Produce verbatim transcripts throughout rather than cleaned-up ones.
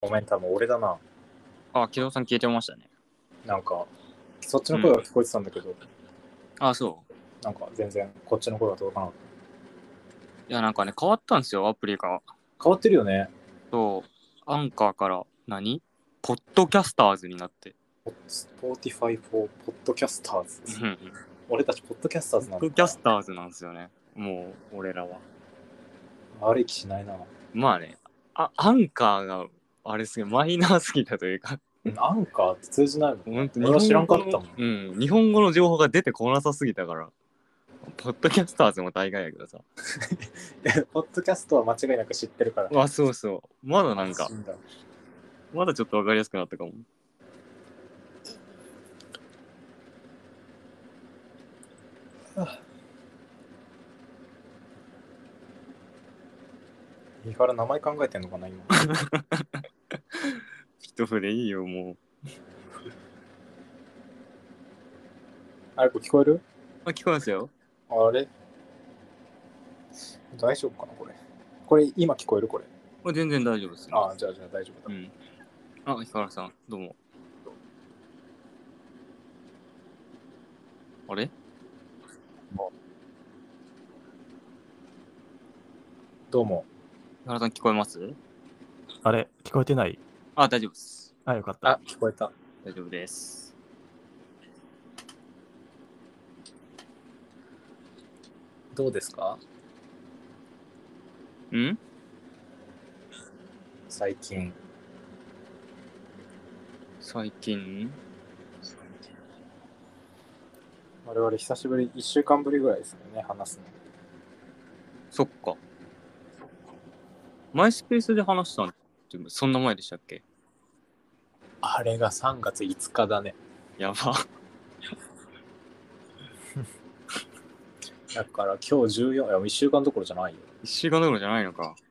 ごめん、多分俺だな。 あ、木戸さん消えてましたね。 なんか、そっちの声が聞こえてたんだけど、うん、 あ、そうなんか全然こっちの声が届かなかった。 いや、なんかね、変わったんですよ、アプリが。 変わってるよね。 そう、アンカーから何ポッドキャスターズになって。 Spotify for Podcasters。 うんうん俺たちポッドキャスターズなんだ。 ポッドキャスターズなんですよね。もう、俺らは。 悪い気しないな。 まあね、あアンカーが、あれすげえ、マイナーすぎたというか、 アンカーって通じないもん。 ほんと俺は知らんかったもん。 うん、日本語の情報が出てこなさすぎたから、ポッドキャスターズも大概やけどさ。 ポッドキャストは間違いなく知ってるから。 あ、そうそう。まだなんか、まだちょっとわかりやすくなったかも。 いいから名前考えてんのかな、今。 一筆いいよ、もう。 あれ、これ聞こえる？ あ、聞こえますよ。 あれ大丈夫かな、これ。これ、今聞こえる？これ。 これ全然大丈夫です、ね。 ああ、じゃあじゃあ大丈夫だ。 うん。あ、ヒカルさん、どうも。あれどうも。 ヒカルさん聞こえます？ あれ聞こえてない？ あ、大丈夫です。 あ、よかった。 あ、聞こえた。 大丈夫です。 どうですか？ ん？ 最近。 最近我々久しぶり、いっしゅうかんぶりぐらいですよね、話すの。 そっか。マイスペースで話したんってそんな前でしたっけ？ あれがさんがついつかだね。 やば。 だから今日じゅうよん、いやいっしゅうかんどころじゃないよ。 いっしゅうかんどころじゃないのか。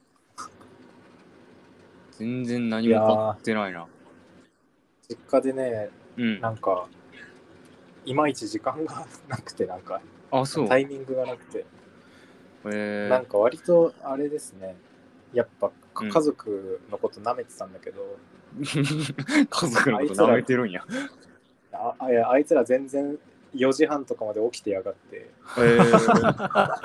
全然何も変わってないな。 実家でね、 うん。 なんか、いまいち時間がなくて、なんか、 あ、そう。 タイミングがなくて、 へなんか割とあれですね、やっぱうん家族のこと舐めてたんだけど、 家族のこと舐めてるんや。 ああいやあいつら全然よじはんとかまで起きてやがって、 へー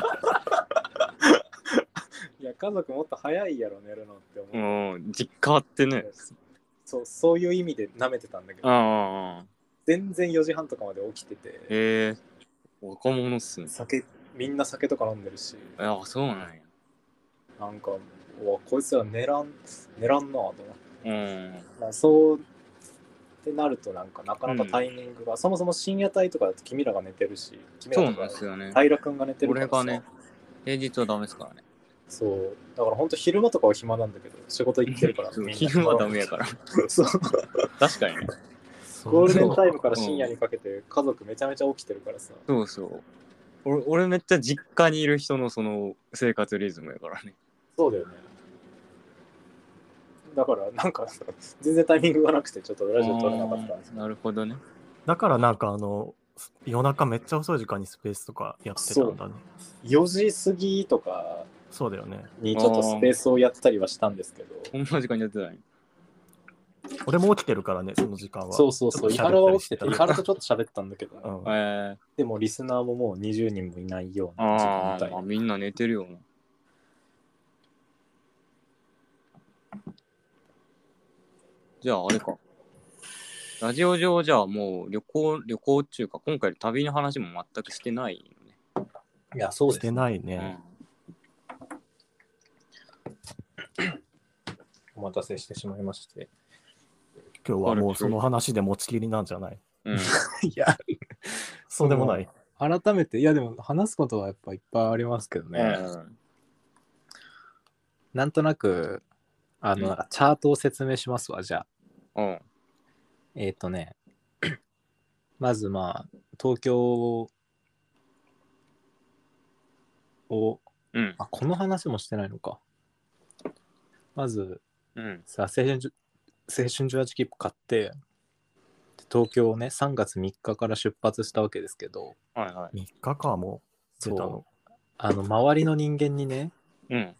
いや家族もっと早いやろ寝るのって思う。 うん、実家ってね。 そう、そういう意味で舐めてたんだけど、 ああ、 全然よじはんとかまで起きてて、 へえ、若者っすね。 酒みんな酒とか飲んでるし、 ああ、そうなんや。 なんかうわこいつら寝らん寝らんなと思って、 うん。 まあ、そうってなるとなんかなかなかタイミングが、うん、そもそも深夜帯とかだと君らが寝てるし、君らとか平くんが寝てるからさ、 俺がね、平日はダメですからね。 そうだから本当昼間とかは暇なんだけど仕事行ってるから昼間はダメやからそう確かにね。 ゴールデンタイムから深夜にかけて家族めちゃめちゃ起きてるからさ、 そうそう、俺, 俺めっちゃ実家にいる人のその生活リズムやからね。 そうだよね。だからなんか全然タイミングがなくてちょっとラジオ撮れなかったんです。 なるほどね。 だからなんかあの夜中めっちゃ遅い時間にスペースとかやってたんだね。 よじ過ぎとかそうだよねにちょっとスペースをやったりはしたんですけど、 こんな時間にやってない。 俺も起きてるからね、その時間は。 そうそうそう、伊原は起きてて、伊原とちょっと喋ってたんだけど、ね、 うんえー、 でもリスナーももうにじゅうにんもいないような時間帯。 ああ、みんな寝てるよな。じゃああれか。ラジオ上じゃあもう旅行、旅行中か、今回旅の話も全くしてないよね。 いや、そうですね。 してないね。 うん、お待たせしてしまいまして。 今日はもうその話で持ちきりなんじゃない？ うん、いや、 そうでもない。 改めて、いやでも話すことはやっぱいっぱいありますけどね。うん、なんとなく、あの、うん、チャートを説明しますわ、じゃあ。うん、えっ、ー、とね、まずまあ、東京を、うん、あ、この話もしてないのか。まず、うん、さ、青春、青春じゅうはち切符買って、東京をね、さんがつみっかから出発したわけですけど、 はいはい、みっかかもう出たの。 あの、周りの人間にね、うん、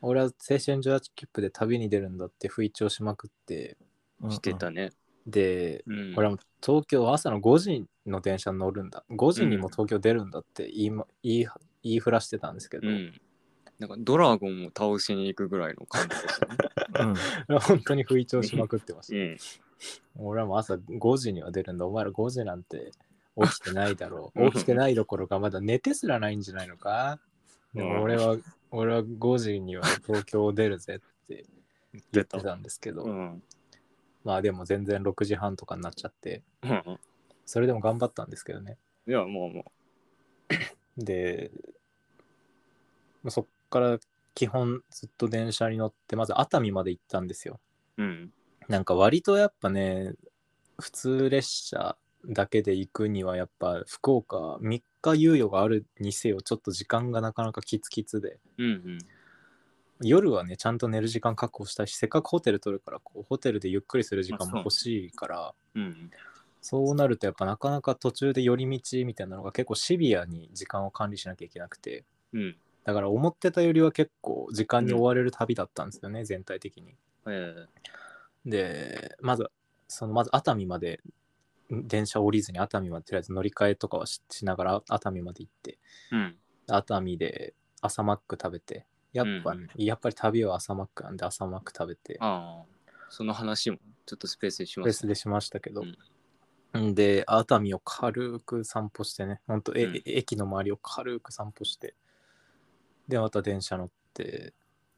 俺は青春じゅうはち切符で旅に出るんだって吹聴しまくって、 してたね。 で、 うん、 俺は東京朝のごじの電車に乗るんだ。ごじにも東京出るんだって言い、ま、言い、言いふらしてたんですけど、 うん、なんかドラゴンを倒しに行くぐらいの感じでしたね。 うん、 本当に吹聴しまくってました。 うん、 俺はもう朝ごじには出るんだ。お前らごじなんて起きてないだろう。起きてないどころかまだ寝てすらないんじゃないのか。でも俺は、俺はごじには東京を出るぜって言ってたんですけど、うん、まあでも全然ろくじはんとかになっちゃって、うん、それでも頑張ったんですけどね。 いやもうもうでそっから基本ずっと電車に乗ってまず熱海まで行ったんですよ。うん、なんか割とやっぱね普通列車だけで行くにはやっぱ福岡みっか猶予があるにせよちょっと時間がなかなかキツキツで、うんうん、夜はねちゃんと寝る時間確保したいしせっかくホテル取るからこうホテルでゆっくりする時間も欲しいから、うん、そうなるとやっぱなかなか途中で寄り道みたいなのが結構シビアに時間を管理しなきゃいけなくて、うん、だから思ってたよりは結構時間に追われる旅だったんですよね、うん、全体的に、えー、でまずそのまず熱海まで電車降りずに熱海までとりあえず乗り換えとかは し, しながら熱海まで行って、うん、熱海で朝マック食べてやっぱ、ねうん、やっぱり旅は朝マックなんで朝マック食べて、 ああその話もちょっとスペースでしました、 ね、スペースでしましたけど、うん、で熱海を軽く散歩してねほんと、うん、駅の周りを軽く散歩してでまた電車乗って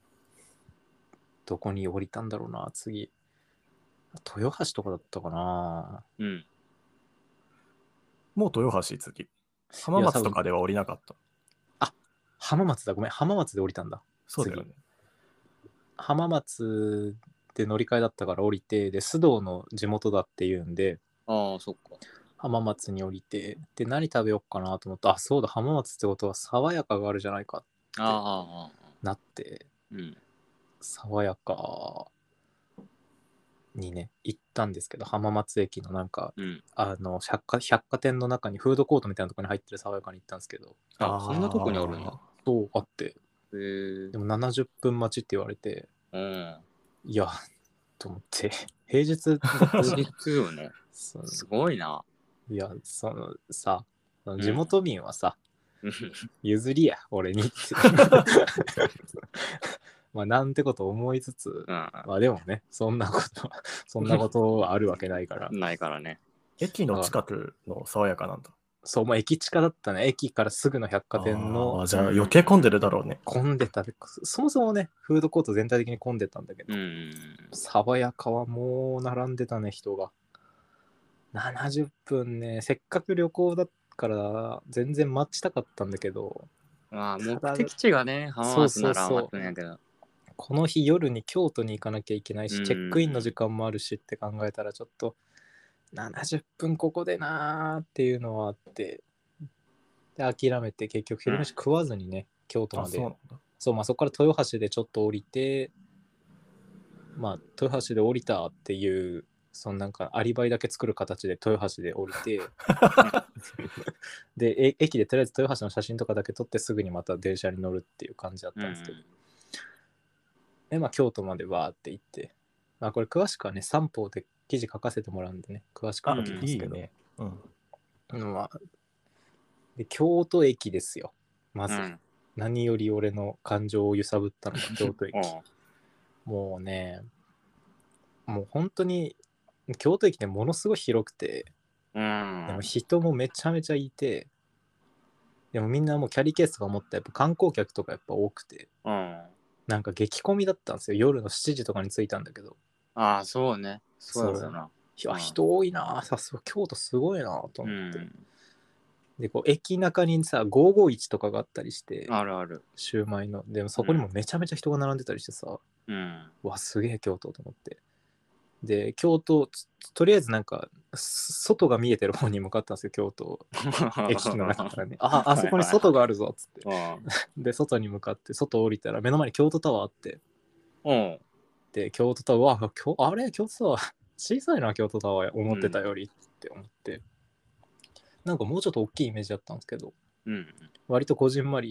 どこに降りたんだろうな次豊橋とかだったかな。うんもう豊橋次。浜松とかでは降りなかった。 あ、浜松だ。ごめん。浜松で降りたんだ。 そうだよね。 浜松で乗り換えだったから降りて、で、須藤の地元だっていうんで、 ああ、そっか。 浜松に降りて、で、何食べようかなと思って、あ、そうだ、浜松ってことは爽やかがあるじゃないかってなって、うん、爽やかにね行ったんですけど浜松駅のなんか、うん、あの百貨、百貨店の中にフードコートみたいなところに入ってる爽やかに行ったんですけどあそんなとこにあるんだそうあってへでもななじゅっぷん待ちって言われて、うん、いやと思って平日平日よねすごいないやそのさその地元民はさ、うん、譲りや俺にってまあなんてこと思いつつ、うん、まあでもねそんなことそんなことはあるわけないからないからね駅の近くの爽やかなんだそうまあ駅近だったね駅からすぐの百貨店のあじゃあ余計混んでるだろうね混んでたそもそもねフードコート全体的に混んでたんだけど、うん、爽やかはもう並んでたね人がななじゅっぷんねせっかく旅行だから全然待ちたかったんだけどまあ目的地がね浜松なら待つんやけどこの日夜に京都に行かなきゃいけないしチェックインの時間もあるしって考えたらちょっとななじゅっぷんここでなーっていうのはあってで諦めて結局昼飯食わずにね、うん、京都まで そ, そうまあそこから豊橋でちょっと降りてまあ豊橋で降りたっていうそのなんかアリバイだけ作る形で豊橋で降りてで駅でとりあえず豊橋の写真とかだけ撮ってすぐにまた電車に乗るっていう感じだったんですけど、うんでまあ、京都までわーって行って、まあ、これ詳しくはね三方で記事書かせてもらうんでね詳しく書きますけど、いいねうん、まあ、で京都駅ですよまず、うん、何より俺の感情を揺さぶったのが京都駅もうねもう本当に京都駅ってものすごい広くて、うん、でも人もめちゃめちゃいてでもみんなもうキャリーケースとか持ってやっぱ観光客とかやっぱ多くて、うんなんか激混みだったんですよ夜のしちじとかに着いたんだけどああそうねそうだなそういや人多いなさすが京都すごいなと思って、うん、でこう駅中にさごーごーいちとかがあったりしてあるあるシューマイのでもそこにもめちゃめちゃ人が並んでたりしてさ、うん、うわすげえ京都と思ってで京都 と, とりあえずなんか外が見えてる方に向かったんですよ京都駅の中からねああそこに外があるぞっつってで外に向かって外降りたら目の前に京都タワーあってうんで京都タワーあれ京都タワー小さいな京都タワー思ってたよりって思って、うん、なんかもうちょっと大きいイメージだったんですけど、うん、割とこじんまり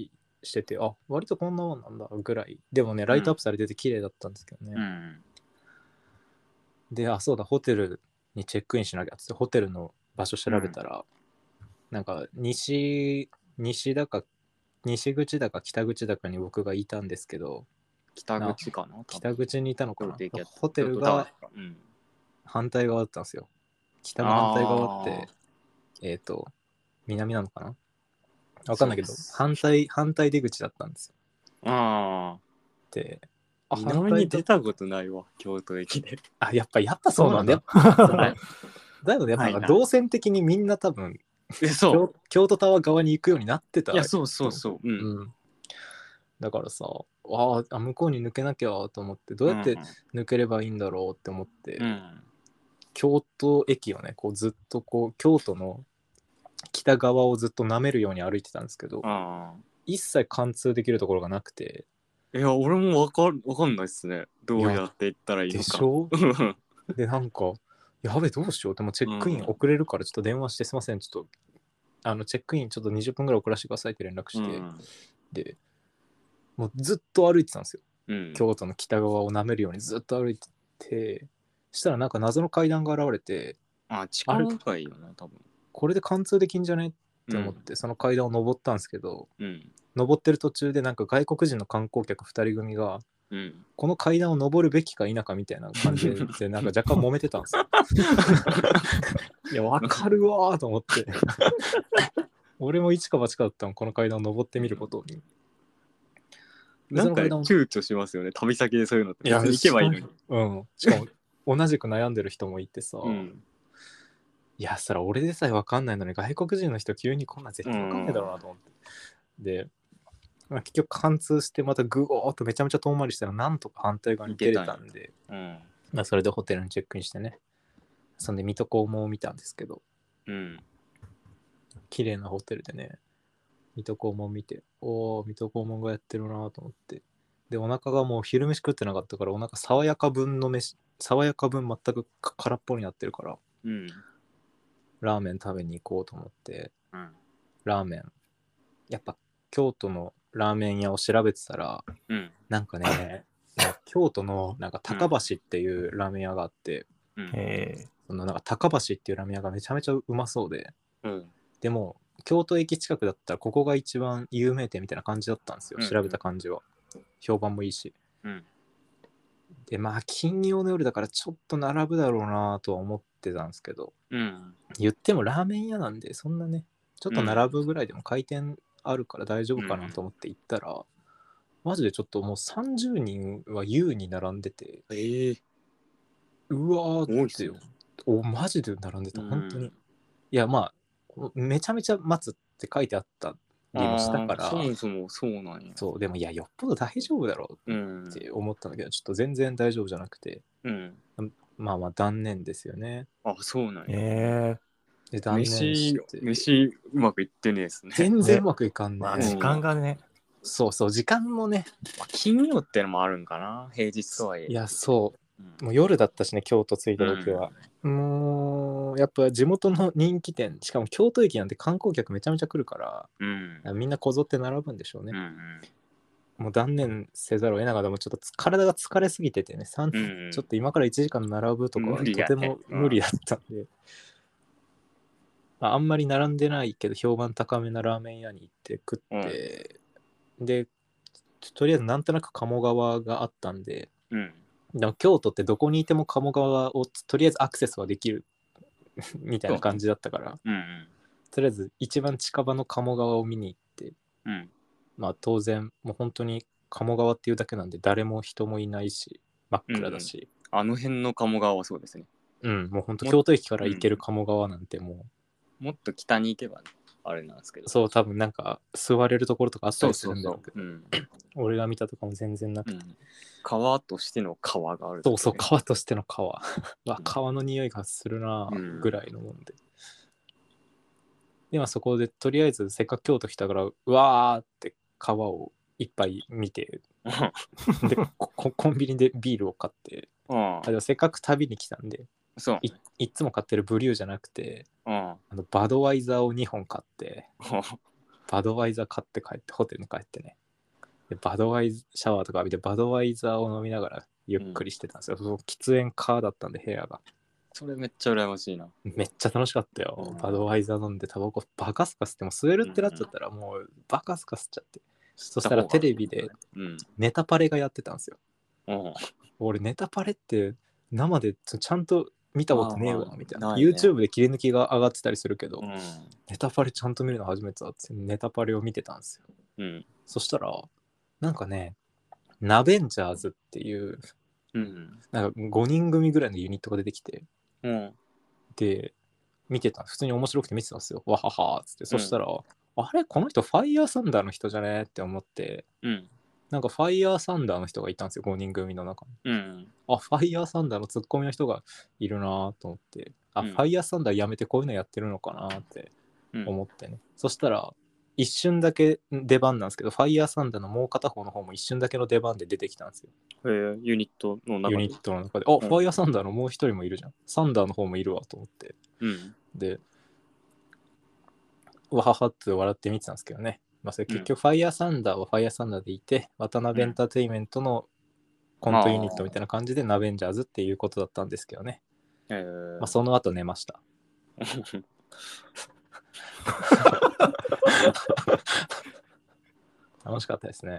してて、あ、割とこんなもんなんだぐらい。でもね、ライトアップされてて綺麗だったんですけどね。 うん。 で、あ、そうだ、ホテルにチェックインしなきゃっつって、ホテルの場所調べたら、うん、なんか西、西だか、西口だか北口だかに僕がいたんですけど、 北口かな北口にいたのかな。ホテルが反対側だったんですよ。北の反対側って、えっ、ー、と、南なのかなわかんないけど、反対、反対出口だったんですよ。 ああ。 で、 あ、南に出たことないわ、京都駅で。 あ、やっぱ、やっぱそうなんだよ。だよね、やっぱ動線的にみんな多分、 そう京、京都タワー側に行くようになってた。 いや、そうそうそう。うん。 うん、だからさ、ああ、向こうに抜けなきゃと思って、どうやって抜ければいいんだろうって思って、うん、京都駅をね、こうずっとこう、京都の北側をずっと舐めるように歩いてたんですけど、一切貫通できるところがなくて。 いや、俺もわか、わかんないっすね。どうやって行ったらいいのか。 でしょで、なんか、やべ、どうしよう。でもチェックイン遅れるからちょっと電話して、すいません、ちょっと、あの、チェックインちょっとにじゅっぷんぐらい遅らせてくださいって連絡して、うん、で、もうずっと歩いてたんですよ。うん、京都の北側を舐めるようにずっと歩いてて、したらなんか謎の階段が現れて、 あ、近いよな、多分。 これで貫通できんじゃねって思って、うん、その階段を登ったんですけど、うん、登ってる途中でなんか外国人の観光客ふたり組が、うん、この階段を登るべきか否かみたいな感じでなんか若干揉めてたんですよ。いや、わかるわーと思って。俺も一か八かだったの、この階段を登ってみることに。 なんか躊躇しますよね、旅先でそういうのって。別に行けばいいのに。 うん。しかも、同じく悩んでる人もいてさ、うん、いや、そら俺でさえわかんないのに、外国人の人急にこんな絶対わかんないだろうなと思って。うん、で、まあ、結局貫通してまたグオーっとめちゃめちゃ遠回りしたらなんとか反対側に出れたんで、うん、まあそれでホテルにチェックインしてね、そんで水戸黄門を見たんですけど、うん、綺麗なホテルでね、水戸黄門見て、おー、水戸黄門がやってるなと思って、でお腹がもう昼飯食ってなかったから、お腹爽やか分の飯、爽やか分全く空っぽになってるから、うん、ラーメン食べに行こうと思って、うん、ラーメンやっぱ京都のラーメン屋を調べてたら、うん、なんかね京都のなんか高橋っていうラーメン屋があって、うん、そのなんか高橋っていうラーメン屋がめちゃめちゃうまそうで、うん、でも京都駅近くだったらここが一番有名店みたいな感じだったんですよ、うん、調べた感じは評判もいいし、うん、でまあ金曜の夜だからちょっと並ぶだろうなとは思ってたんですけど、うん、言ってもラーメン屋なんでそんなねちょっと並ぶぐらいでも回転あるから大丈夫かなと思って行ったら、うん、マジでちょっともうさんじゅうにんは優に並んでて、えー、うわーってよ、おマジで並んでた、本当に、うん、いやまあめちゃめちゃ待つって書いてあったりもしたから、 そもそもそうなんや。 そうでもいやよっぽど大丈夫だろうって思ったんだけど、うん、ちょっと全然大丈夫じゃなくて、うん、まあまあ断念ですよね。 あ、そうなんや。 えー、 で断念して飯, 飯うまくいってねえですね。 全然うまくいかんね。 まあ、時間がね、 うん、そうそう時間もね、 まあ、金曜ってのもあるんかな、平日とはいえ。 いやそう、うん、もう夜だったしね京都着いた時は、うん、もうやっぱ地元の人気店、しかも京都駅なんて観光客めちゃめちゃ来るから、うん、みんなこぞって並ぶんでしょうね、うんうん、もう断念せざるを得なかった。もうちょっと体が疲れすぎててね、うんうん、ちょっと今からいちじかん並ぶとかはとても無理だったんで、うん、まあ、あんまり並んでないけど評判高めなラーメン屋に行って食って、うん、でとりあえずなんとなく鴨川があったんで、うん、でも京都ってどこにいても鴨川をとりあえずアクセスはできるみたいな感じだったから、うんうん、とりあえず一番近場の鴨川を見に行って、うん、まあ当然もう本当に鴨川っていうだけなんで誰も人もいないし真っ暗だし、 うんうん、あの辺の鴨川はそうですね。 うん、もう本当京都駅から行ける鴨川なんてもう、 うん、もっと北に行けば、ね、あれなんですけど、 そう多分なんか座れるところとかあったりするんだろうけど、そうそうそう、うん、俺が見たとかも全然なくて、うん、 川としての川がある、ね、 そうそう川としての川わ川の匂いがするなぐらいのもんで、うん、でまあそこでとりあえずせっかく京都来たからうわーって川を一杯見てでコンビニでビールを買って、あでもせっかく旅に来たんで、そう い, いっつも買ってるブリューじゃなくて、あのバドワイザーをにほん買ってバドワイザー買って帰ってホテルに帰ってね、でバドワイザーシャワーとか浴びてバドワイザーを飲みながらゆっくりしてたんですよ、うん、その喫煙カーだったんで部屋が。 それめっちゃ羨ましいな。 めっちゃ楽しかったよ、うん、バドワイザー飲んでタバコバカスカ吸っても吸えるってなっちゃったらもうバカスカ吸っちゃって、うん、そしたらテレビでネタパレがやってたんですよ、うん、俺ネタパレって生でちゃんと見たことねえわみたいな、まあまあ、YouTube で切り抜きが上がってたりするけど、うん、ネタパレちゃんと見るの初めてだってネタパレを見てたんですよ、うん、そしたらなんかねナベンジャーズっていう、うん、なんかごにん組ぐらいのユニットが出てきて、うん、で見てた普通に面白くて見てたんですよ、わははーっつって、うん、そしたらあれこの人ファイヤーサンダーの人じゃねって思って、うん、なんかファイヤーサンダーの人がいたんですよごにん組の中に、うん、あファイヤーサンダーのツッコミの人がいるなと思って、あ、うん、ファイヤーサンダーやめてこういうのやってるのかなって思ってね、うん、そしたら一瞬だけ出番なんですけどファイヤーサンダーのもう片方の方も一瞬だけの出番で出てきたんですよ、 えー、ユニットの中でユニットの中であ、うん、ファイヤーサンダーのもう一人もいるじゃん、サンダーの方もいるわと思って、うん、でわははって笑って見てたんですけどね、まあ、それ結局ファイヤーサンダーはファイヤーサンダーでいて、うん、渡辺エンターテインメントのコントユニットみたいな感じでナベンジャーズっていうことだったんですけどね、えーまあ、その後寝ました楽しかったですね。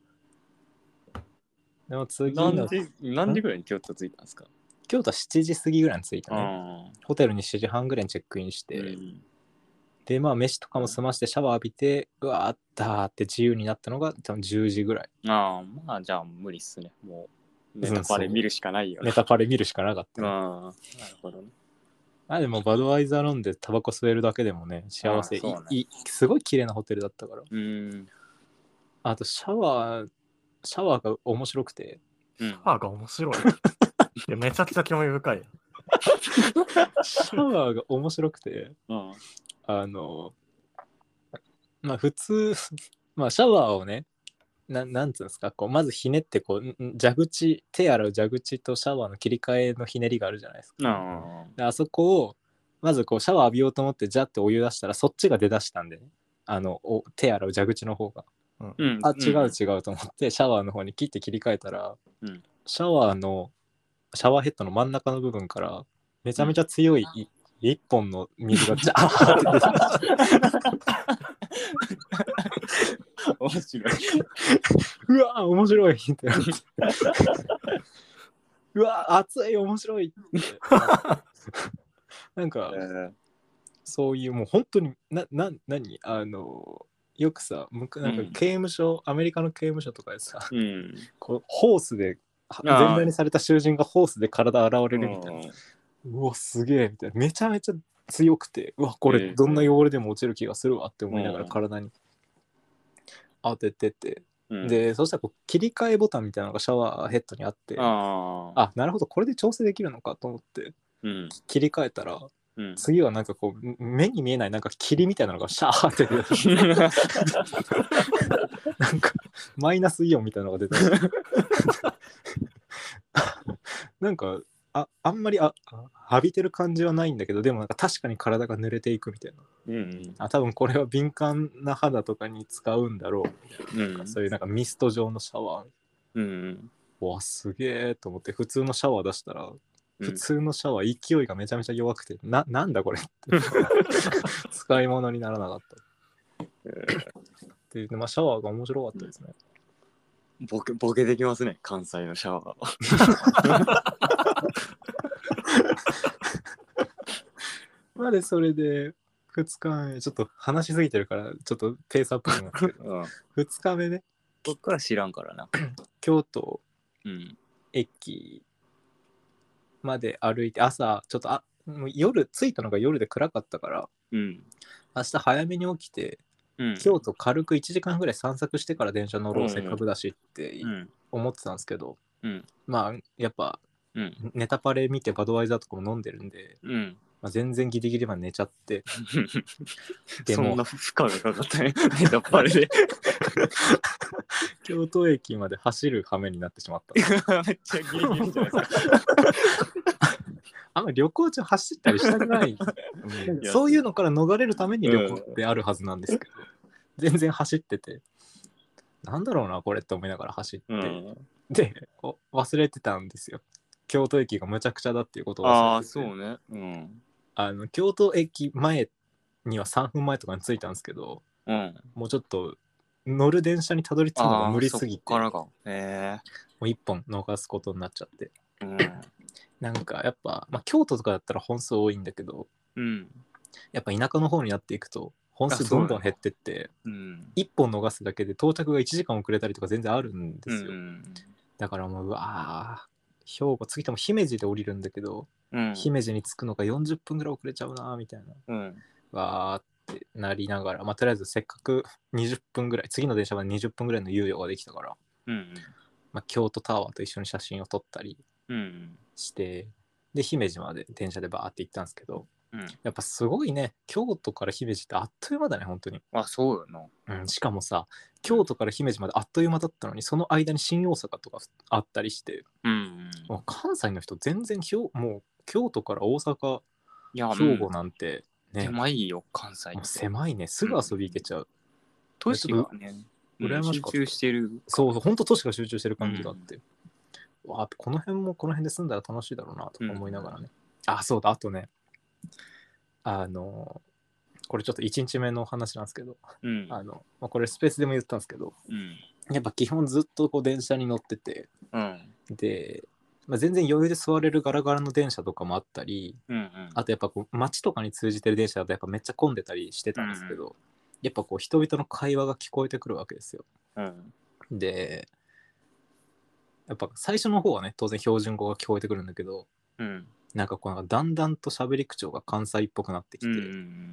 でも次の何時、何時ぐらいに京都着いたんですか？ 京都はしちじ過ぎぐらいに着いたね。ホテルにしちじはんぐらいにチェックインして、うん、でまあ飯とかも済ましてシャワー浴びて、うわーったーって自由になったのが多分じゅうじぐらい。 ああ、まあじゃあ無理っすね。もうネタパレ見るしかないよ、 ね、ネタパレ見るしかなかった、 ね。ああ、なるほどね。 あでもバドワイザー飲んでタバコ吸えるだけでもね幸せ、ね、いいすごい綺麗なホテルだったから。うん。あとシャワーシャワーが面白くて、 シャワーが面白いいやめちゃくちゃ興味深いシャワーが面白くて、うん、あのまあ普通まあシャワーをねななんつうんですかこうまずひねってこう蛇口手洗う蛇口とシャワーの切り替えのひねりがあるじゃないですか、あ, あそこをまずこうシャワー浴びようと思ってジャッてお湯出したらそっちが出だしたんでね、あのお手洗う蛇口の方が、うん、あ違う違うと思ってシャワーの方に切って切り替えたら、うん、シャワーのシャワーヘッドの真ん中の部分からめちゃめちゃ強い、うん、一本の水がジャーって出て面白い。 うわ面白いってなってうわ熱い面白いってなんか、えー、そういうもう本当になな何あのよくさなんか刑務所、うん、アメリカの刑務所とかでさ、うん、こうホースで全裸にされた囚人がホースで体洗われるみたいな、うわすげえみたいなめちゃめちゃ強くてうわこれどんな汚れでも落ちる気がするわって思いながら体に当ててて、うん、でそしたらこう切り替えボタンみたいなのがシャワーヘッドにあって、ああなるほどこれで調整できるのかと思って、うん、切り替えたら、うん、次はなんかこう目に見えないなんか霧みたいなのがシャーって出てなんかマイナスイオンみたいなのが出てなんかあ, あんまりあ浴びてる感じはないんだけどでもなんか確かに体が濡れていくみたいな、うんうん、あ多分これは敏感な肌とかに使うんだろうみたいな、うん、そういうなんかミスト状のシャワー、うん、わすげえと思って普通のシャワー出したら、うん、普通のシャワー勢いがめちゃめちゃ弱くてな, なんだこれって使い物にならなかった、えー、で、まあ、シャワーが面白かったですね。 ボケ、ボケできますね関西のシャワーまでそれでふつかめちょっと話しすぎてるからちょっとペースアップになってる、うん、ふつかめねこっから知らんからな京都駅まで歩いて朝ちょっとあもう夜着いたのが夜で暗かったから、うん、明日早めに起きて、うん、京都軽くいちじかんぐらい散策してから電車乗ろう、うん、せっかくだしって思ってたんですけど、うん、まあやっぱ、うん、ネタパレ見てバドワイザーとかも飲んでるんで、うんまあ、全然ギリギリまで寝ちゃってでもそんな負荷がかかったねネタパレで京都駅まで走る羽目になってしまっためっちゃギリギリじゃないですかあんまり旅行中走ったりしたくない、うん、そういうのから逃れるために旅行ってあるはずなんですけど、 全然走ってて、なんだろうなこれって思いながら走って、うん、で忘れてたんですよ。京都駅がむちゃくちゃだっていうことを忘れてて。 ああそうね、うん、 あの京都駅前にはさんぷんまえとかに着いたんですけど、 うん、 もうちょっと乗る電車にたどり着くのが無理すぎて、 からか、えー、 もう一本逃すことになっちゃって、 うん、 なんかやっぱ、まあ、京都とかだったら本数多いんだけど、うん、やっぱ田舎の方になっていくと本数どんどん減ってって、うん、いっぽん逃すだけで到着がいちじかん遅れたりとか全然あるんですよ、うん、だからもううわー兵庫次でも姫路で降りるんだけど、うん、姫路に着くのがよんじゅっぷんぐらい遅れちゃうなみたいな、うん、わーってなりながら、まあ、とりあえずせっかくにじゅっぷんぐらい次の電車までにじゅっぷんぐらいの猶予ができたから、うんうん、まあ、京都タワーと一緒に写真を撮ったりして、うん、で姫路まで電車でバーって行ったんですけど、うん、やっぱすごいね、京都から姫路ってあっという間だね本当に。 あ、そうよな、うん、しかもさ京都から姫路まであっという間だったのに、その間に新大阪とかあったりして、うんうん、もう関西の人全然もう京都から大阪兵庫なんてね、 狭いよ関西って。 もう狭いね、すぐ遊び行けちゃう、うん、 都市がね羨ましかった、 集中してる、 そうそう、本当都市が集中してる感じがあって、うん、わあこの辺もこの辺で住んだら楽しいだろうなとか思いながらね、うん、あそうだ、あとね、あのこれちょっといちにちめの話なんですけど、うん、あのまあ、これスペースでも言ったんですけど、うん、やっぱ基本ずっとこう電車に乗ってて、うん、で、まあ、全然余裕で座れるガラガラの電車とかもあったり、うんうん、あとやっぱこう街とかに通じてる電車だとやっぱめっちゃ混んでたりしてたんですけど、うんうん、やっぱこう人々の会話が聞こえてくるわけですよ、うん、でやっぱ最初の方はね当然標準語が聞こえてくるんだけど、うん、なんかこうなんかだんだんと喋り口調が関西っぽくなってきて、うんうんうん、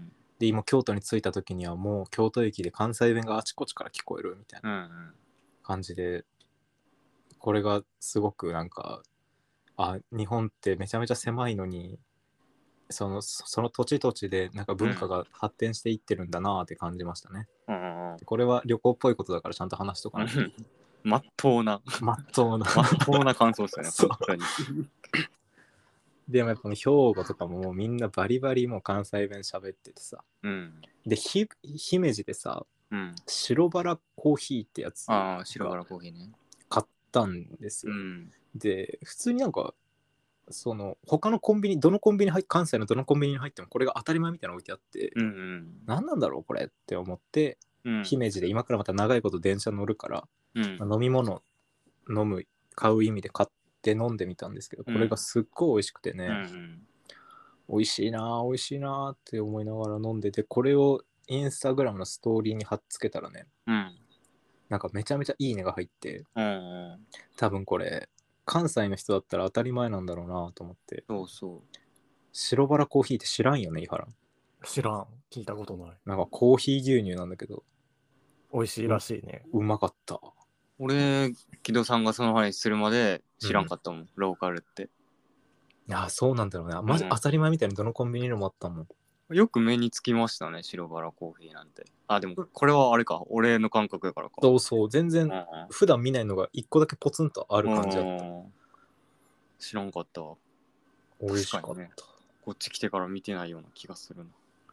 で今京都に着いた時にはもう京都駅で関西弁があちこちから聞こえるみたいな感じで、うんうん、これがすごくなんか、あ日本ってめちゃめちゃ狭いのにそのその土地土地でなんか文化が発展していってるんだなって感じましたね、うんうん、これは旅行っぽいことだからちゃんと話しとかないとまっとうなまっとうなまっとうな感想ですね本当にでもやっぱ兵庫とかももうみんなバリバリもう関西弁喋っててさ、うん、でひ姫路でさ、うん、白バラコーヒーってやつ、 ああ白バラコーヒーね買ったんですよ、うん、で普通になんかその他のコンビニどのコンビニ入関西のどのコンビニに入ってもこれが当たり前みたいなの置いてあって、うんうん、何なんだろうこれって思って、うん、姫路で今からまた長いこと電車乗るから、うんまあ、飲み物飲む買う意味で買って飲んでみたんですけど、これがすっごい美味しくてね、うんうん、美味しいな美味しいなって思いながら飲んでて、これをインスタグラムのストーリーに貼っつけたらね、うん、なんかめちゃめちゃいいねが入って、うんうん、多分これ関西の人だったら当たり前なんだろうなと思って。 そうそう。 白バラコーヒーって知らんよね、伊原。 知らん。聞いたことない。 なんかコーヒー牛乳なんだけど。 美味しいらしいね。 う, うまかった。 俺、木戸さんがその話するまで知らんかったもん、うん、ローカルって。 いや、そうなんだろうね。マジ当たり前みたいにどのコンビニにもあったもん。 よく目につきましたね、白バラコーヒーなんて。あ、でもこれはあれか、俺の感覚やからか。 そうそう、全然普段見ないのが一個だけポツンとある感じだった。 知らんかったわ。 美味しかった、 ね。こっち来てから見てないような気がするな。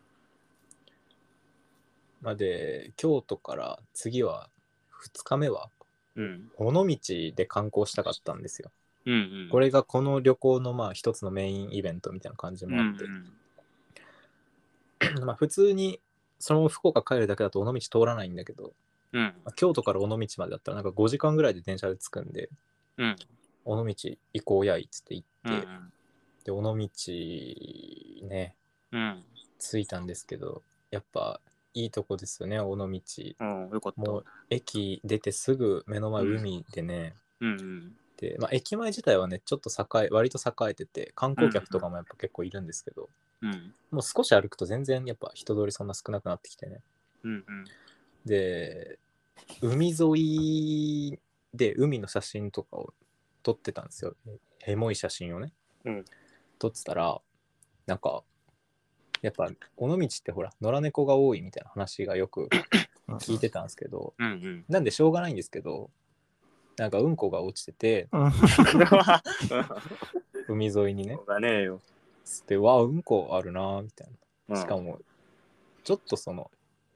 まあ、で、京都から次はふつかめは、うん、尾道で観光したかったんですよ。うんうん、これがこの旅行のまあ一つのメインイベントみたいな感じもあって、うんうん、まあ普通にそのまま福岡帰るだけだと尾道通らないんだけど、うんまあ、京都から尾道までだったらなんかごじかんぐらいで電車で着くんで、うん、尾道行こうやいっつって行って、うんうん、で尾道ね、うん、着いたんですけど、やっぱいいとこですよね、尾道、 うん、よかった。 もう駅出てすぐ目の前海でね、うんうんうんでまあ、駅前自体はねちょっと栄え割と栄えてて観光客とかもやっぱ結構いるんですけど、うんうん、もう少し歩くと全然やっぱ人通りそんな少なくなってきてね、うんうん、で海沿いで海の写真とかを撮ってたんですよ、エモい写真をね、うん、撮ってたらなんかやっぱ尾道ってほら野良猫が多いみたいな話がよく聞いてたんですけど、うんうん、なんでしょうがないんですけど、なんかうんこが落ちてて海沿いにね、 がねえよでわあうんこあるなみたいな、しかもちょっとその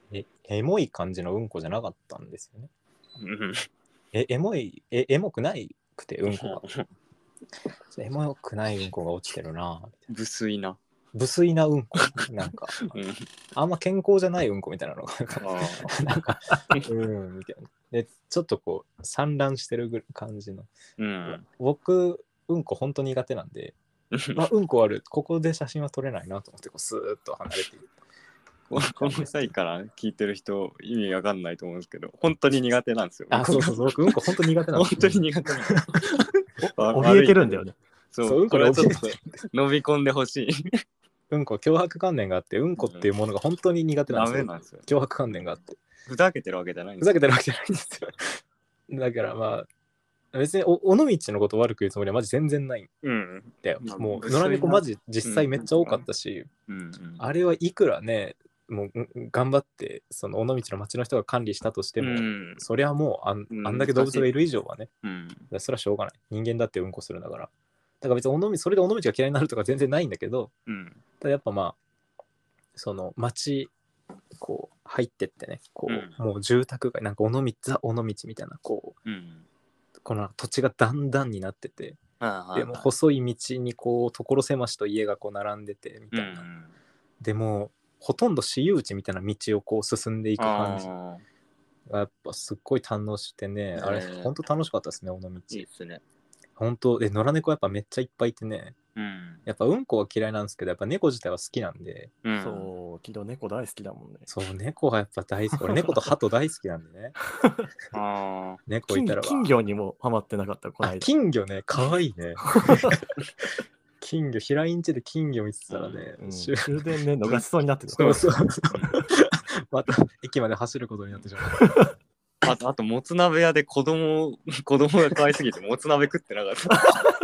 えエモい感じのうんこじゃなかったんですよね。 うんえエモいえエモくないくてうんこがエモくないうんこが落ちてるなみたい無粋な。 な。無粋なうんこなんか、 うん、 あんま健康じゃないうんこみたいなのがあなんかうんみたいな。でちょっとこう散乱してる感じの。 うん。 僕うんこ本当に苦手なんで、あうんこあるここで写真は撮れないなと思ってこうスーッと離れている。 この際から聞いてる人意味わかんないと思うんですけど、本当に苦手なんですよ。 あ、そうそうそう、僕うんこ本当に苦手なんです。 本当に苦手なんですよ。 怯えてるんだよね。 そう、 そううんこにこれちょっと怯えてる飲み込んでほしい。 うんこ脅迫観念があって、うんこっていうものが本当に苦手なんですよ。 ダメなんですよ。 脅迫観念があって。 ふざけてるわけじゃないんふざけてるわけじゃないんですよ。だからまあ、別にお尾道のことを悪く言うつもりはマジ全然ないんうん。 だよ。 まあもう無粋な野良猫マジ実際めっちゃ多かったし、 うんうん、 あれはいくらね、もううん頑張ってその尾道の町の人が管理したとしても、 うんそりゃもうあんうんあんだけ動物がいる以上はね、 うんそれはしょうがない。人間だってうんこするんだから。だから別に尾道それで尾道が嫌いになるとか全然ないんだけど、 うんただやっぱまあその町こう入ってってね、こう、 うんもう住宅街なんか尾道ザ尾道みたいなこう、 うん、 この土地が段々になってて、 ああでも細い道にこう所狭しと家がこう並んでてみたいな、 うん、 でもほとんど私有地みたいな道をこう進んでいく感じがやっぱすっごい堪能してね、あれ本当楽しかったですね、尾道。 いいっすね。 本当で野良猫やっぱめっちゃいっぱいいてね、 うん、 やっぱうんこは嫌いなんですけど、やっぱ猫自体は好きなんで、 うん、 そう、けど猫大好きだもんね。 そう猫はやっぱ大好き。俺猫と鳩大好きなんでね。 あ猫いたら金魚にもハマってなかった、この間。 金魚ね、かわいいね。金魚、平井んちで金魚見てたらね、 うん、 終終電ね、逃しそうになってた。 そうそうそう。また駅まで走ることになってしまう。 あと、あと、もつ鍋屋で子供、子供が可愛すぎて、もつ鍋食ってなかった。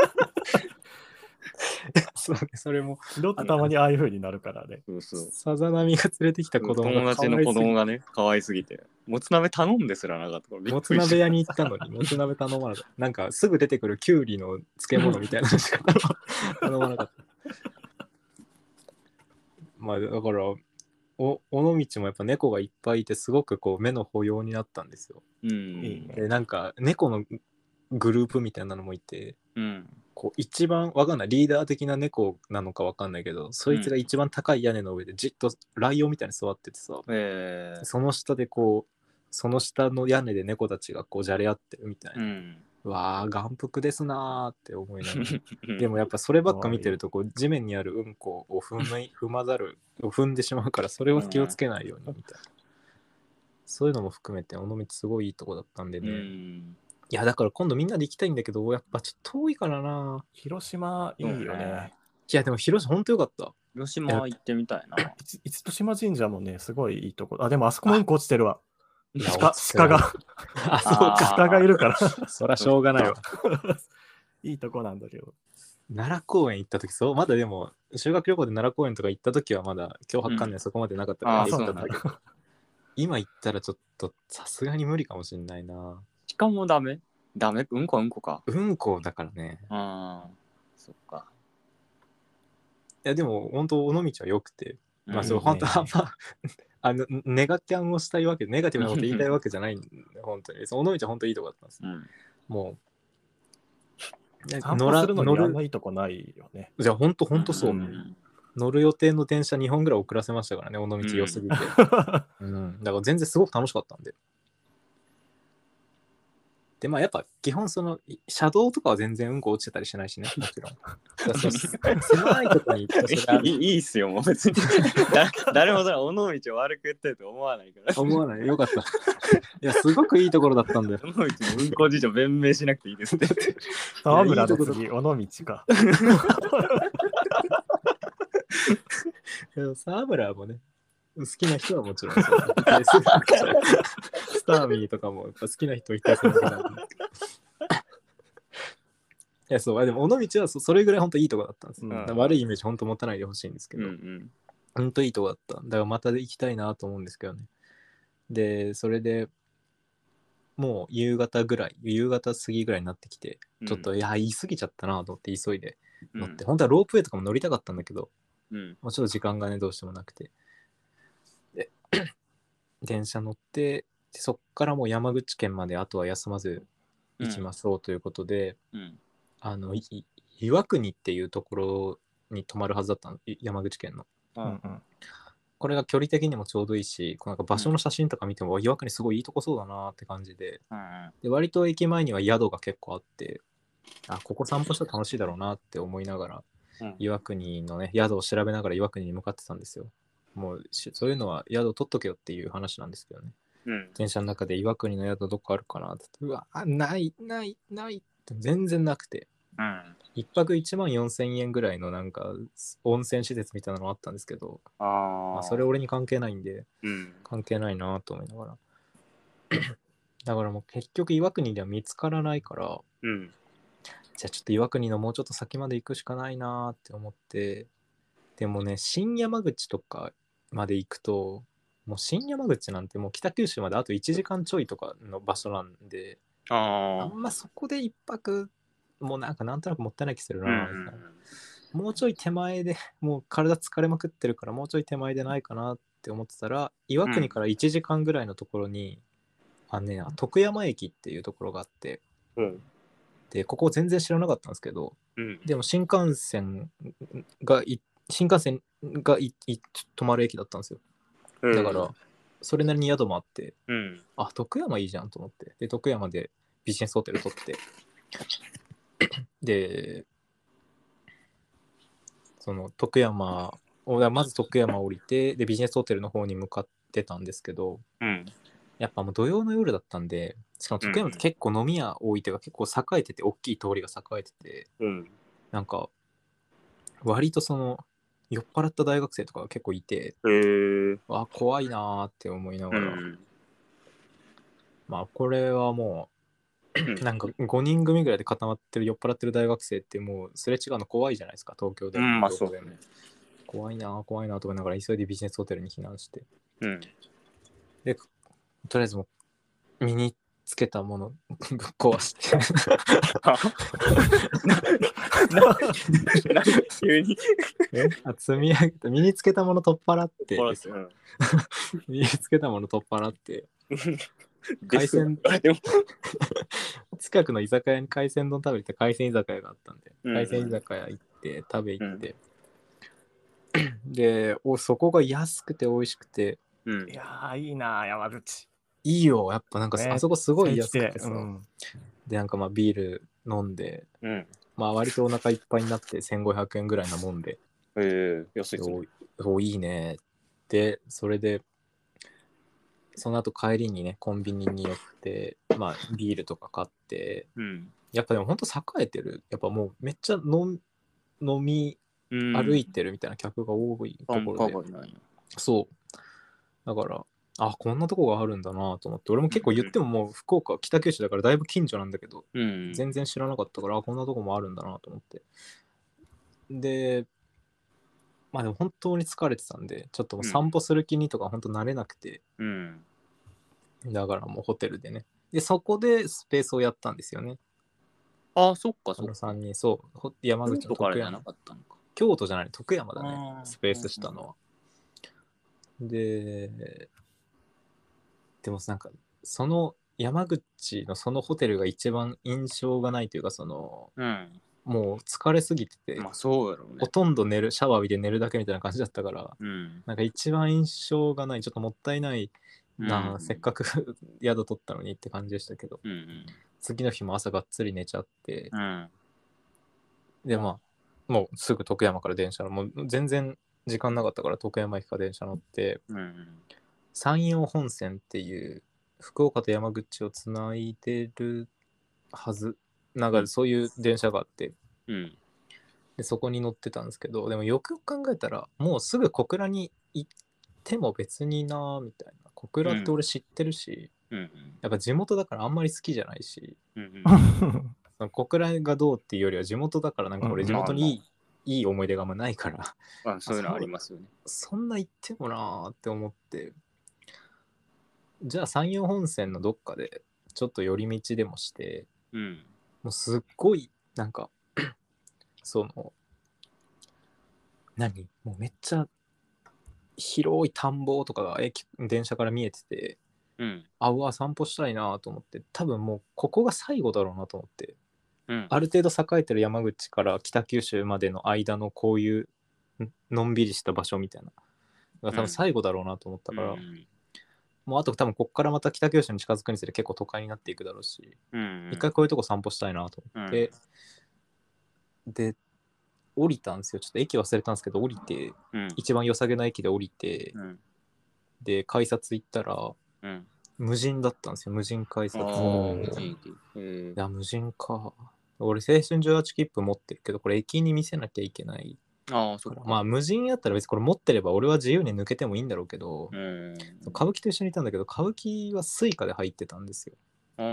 そうね、それも。 拾ってたまにああいう風になるからね。 そうそう。 さざ波が連れてきた子供が友達の子供がね、可愛すぎて、もつ鍋頼んですらなかった。 もつ鍋屋に行ったのに、もつ鍋頼まなかった。なんか、すぐ出てくるきゅうりの漬物みたいなのしか頼まなかった。まあ、だから、お尾道もやっぱ猫がいっぱいいてすごくこう目の保養になったんですよ。 うん、 でなんか猫のグループみたいなのもいて、 うん、 こう一番わかんないリーダー的な猫なのかわかんないけど、そいつが一番高い屋根の上でじっとライオンみたいに座っててさ、 えー、 その下でこうその下の屋根で猫たちがこうじゃれ合ってるみたいな、うん、わあ眼福ですなーって思いながらでもやっぱそればっか見てるとこう地面にあるうんこを踏む踏まざるを踏んでしまうから、それを気をつけないようにみたいな、そういうのも含めて尾道すごいいいとこだったんでね、うん、いやだから今度みんなで行きたいんだけどやっぱちょっと遠いからな。 広島いいよね。 いやでも広島ほんとよかった。 広島行ってみたいな。 厳島神社もねすごいいいとこ。あでもあそこもうんこ落ちてるわ。 鹿, 鹿があそうか鹿がいるからそりゃしょうがないわ。 いいとこなんだけど。 奈良公園行った時そうまだでも修学旅行で奈良公園とか行った時はまだ脅迫観念そこまでなかったから行ったんだけど、うん、今行ったらちょっとさすがに無理かもしんないな。 しかもダメダメうんこうんこか。 うんこだからね。 ああそっか。 いやでも本当尾道は良くて、うん、まあそう本当あんまあのネガキャンをしたいわけネガティブなこと言いたいわけじゃないんで本当に尾道は本当にいいとこだったんです、うん、もう散歩するのにあんないいとこないよね。 じゃあ本当本当そう、うん、乗る予定の電車にほんぐらい遅らせましたからね尾道良すぎて、うんうん、だから全然すごく楽しかったんで。でまあやっぱ基本その車道とかは全然うんこ落ちてたりしないしね、もちろん。狭いとこに行ってそれいいいいっすよもう別に誰もそれ尾道を悪く言ってると思わないから。 思わないよかった。いやすごくいいところだったんだよ。 尾道のうんこ事情弁明しなくていいですって沢村の次尾道か。 いや沢村もね好きな人はもちろんそうスターミーとかもやっぱ好きな人を否定するわけなんですけどいやそうでも尾道は そ, それぐらい本当いいとこだったんです、うん、悪いイメージ本当持たないでほしいんですけど、うんうん、本当いいとこだっただからまた行きたいなと思うんですけどね。でそれでもう夕方ぐらい夕方過ぎぐらいになってきて、うん、ちょっといや言い過ぎちゃったなと思って急いで乗って、うん、本当はロープウェイとかも乗りたかったんだけど、うん、もうちょっと時間がねどうしてもなくてで電車乗って、でそっからもう山口県まであとは休まず行きましょうということで、 うん、 あのい岩国っていうところに泊まるはずだったの、い山口県の。 うんうんこれが距離的にもちょうどいいし、こうなんか場所の写真とか見ても、岩国すごいいいとこそうだなって感じで、 うんうんで割と駅前には宿が結構あって、あ、ここ散歩したら楽しいだろうなって思いながら、 うん岩国のね、宿を調べながら岩国に向かってたんですよ。もうしそういうのは宿を取っとけよっていう話なんですけどね。 うん電車の中で岩国の宿どこあるかなって、うわ、ないないないって全然なくて、 うん一泊いちまんよんせんえんぐらいのなんか温泉施設みたいなのあったんですけど、 あまあ、 あそれ俺に関係ないんで、 うん関係ないなと思いながら。だからもう結局岩国では見つからないから、 うんじゃあちょっと岩国のもうちょっと先まで行くしかないなって思って、でもね、新山口とかまで行くと、もう新山口なんてもう北九州まであといちじかんちょいとかの場所なんで、あああんまそこで一泊、もうなんかなんとなくもったいない気するうんなみたいな。もうちょい手前で、もう体疲れまくってるから、もうちょい手前でないかなって思ってたら、岩国からいちじかんぐらいのところに、あのね、徳山駅っていうところがあって、 うんで、ここ全然知らなかったんですけど、 うんでも新幹線がい、新幹線がいい止まる駅だったんですよ。だから、それなりに宿もあって、 うんあ、徳山いいじゃんと思って、で、徳山でビジネスホテル取って、で、その徳山を、まず徳山降りて、で、ビジネスホテルの方に向かってたんですけど、 うんやっぱもう土曜の夜だったんで、しかも徳山って結構飲み屋多いというか、結構栄えてて、大きい通りが栄えてて、 うんなんか、割とその、酔っ払った大学生とかが結構いて、 へえあ、怖いなーって思いながら、 うんまあ、これはもうんう、なんかごにん組ぐらいで固まってる、酔っ払ってる大学生ってもう、すれ違うの怖いじゃないですか、東京でも。 うんまあどこでもそうね怖いなー、怖いなーと思いながら、急いでビジネスホテルに避難して。 うんで、とりあえずもう、身につけたものぶっ壊してな急にえあ積み上げた身につけたもの取っ払ってほらですよ身につけたもの取っ払って海鮮でも近くの居酒屋に海鮮丼食べに行って海鮮居酒屋があったんで、 うんうん海鮮居酒屋行って食べ行って、うん、でおそこが安くて美味しくて、 うん、 いやーいいな山口いいよやっぱなんかあそこすごい安くてさ、 うん、 でなんかまあビール飲んで、 うん、 まあ割とお腹いっぱいになってせんごひゃくえんぐらいなもんで、 えー、安いですね。 おいいねで、それでその後帰りにねコンビニに寄ってまあビールとか買って、 うん、 やっぱでもほんと栄えてる、やっぱもうめっちゃ飲飲み歩いてるみたいな客が多いところで、そうだからあこんなとこがあるんだなと思って、俺も結構言ってももう福岡北九州だからだいぶ近所なんだけど、 うん、 全然知らなかったから、あこんなとこもあるんだなと思って、でまあでも本当に疲れてたんでちょっともう散歩する気にとか本当慣れなくて、 うん、 だからもうホテルでね、でそこでスペースをやったんですよね。 ああそっかそっか。 あのさんにん、そう山口の徳山、京都じゃない徳山だねスペースしたのは、うんうん、ででもなんかその山口のそのホテルが一番印象がないというか、その、うん、もう疲れすぎてて、 まあそうやろうね、 ほとんど寝るシャワー浴びて寝るだけみたいな感じだったから、 うん、 なんか一番印象がない、ちょっともったいないな、うん、せっかく宿取ったのにって感じでしたけど、うんうん、次の日も朝がっつり寝ちゃって、うん、でまあもうすぐ徳山から電車のもう全然時間なかったから徳山駅から電車乗って、うんうん、山陽本線っていう福岡と山口をつないでるはずなんかそういう電車があって、うん、でそこに乗ってたんですけど、でもよくよく考えたらもうすぐ小倉に行っても別になみたいな、小倉って俺知ってるし、うんうん、やっぱ地元だからあんまり好きじゃないし、うんうん、その小倉がどうっていうよりは地元だからなんか俺地元にいい、うんまあまあ、いい思い出があんまないから、 まあ、そういうのありますよね。 そんな行ってもなーって思って、じゃあ山陽本線のどっかでちょっと寄り道でもして、うん、もうすっごいなんかその何もうめっちゃ広い田んぼとかが駅電車から見えてて、 うん、 あうわ散歩したいなと思って、多分もうここが最後だろうなと思って、 うん、 ある程度栄えてる山口から北九州までの間のこういうのんびりした場所みたいなが多分最後だろうなと思ったから、うん、もうあと多分こっからまた北九州に近づくにつれ結構都会になっていくだろうし、うん、一回こういうとこ散歩したいなと思って、うん、で降りたんですよ。ちょっと駅忘れたんですけど降りて、うん、一番良さげな駅で降りて、うん、で改札行ったら、うん、無人だったんですよ。無人改札。無人いや無人か。俺青春じゅうはち切符持ってるけどこれ駅員に見せなきゃいけない。ああそうか。まあ無人やったら別にこれ持ってれば俺は自由に抜けてもいいんだろうけど、うん、歌舞伎と一緒にいたんだけど歌舞伎はスイカで入ってたんですよ。うん、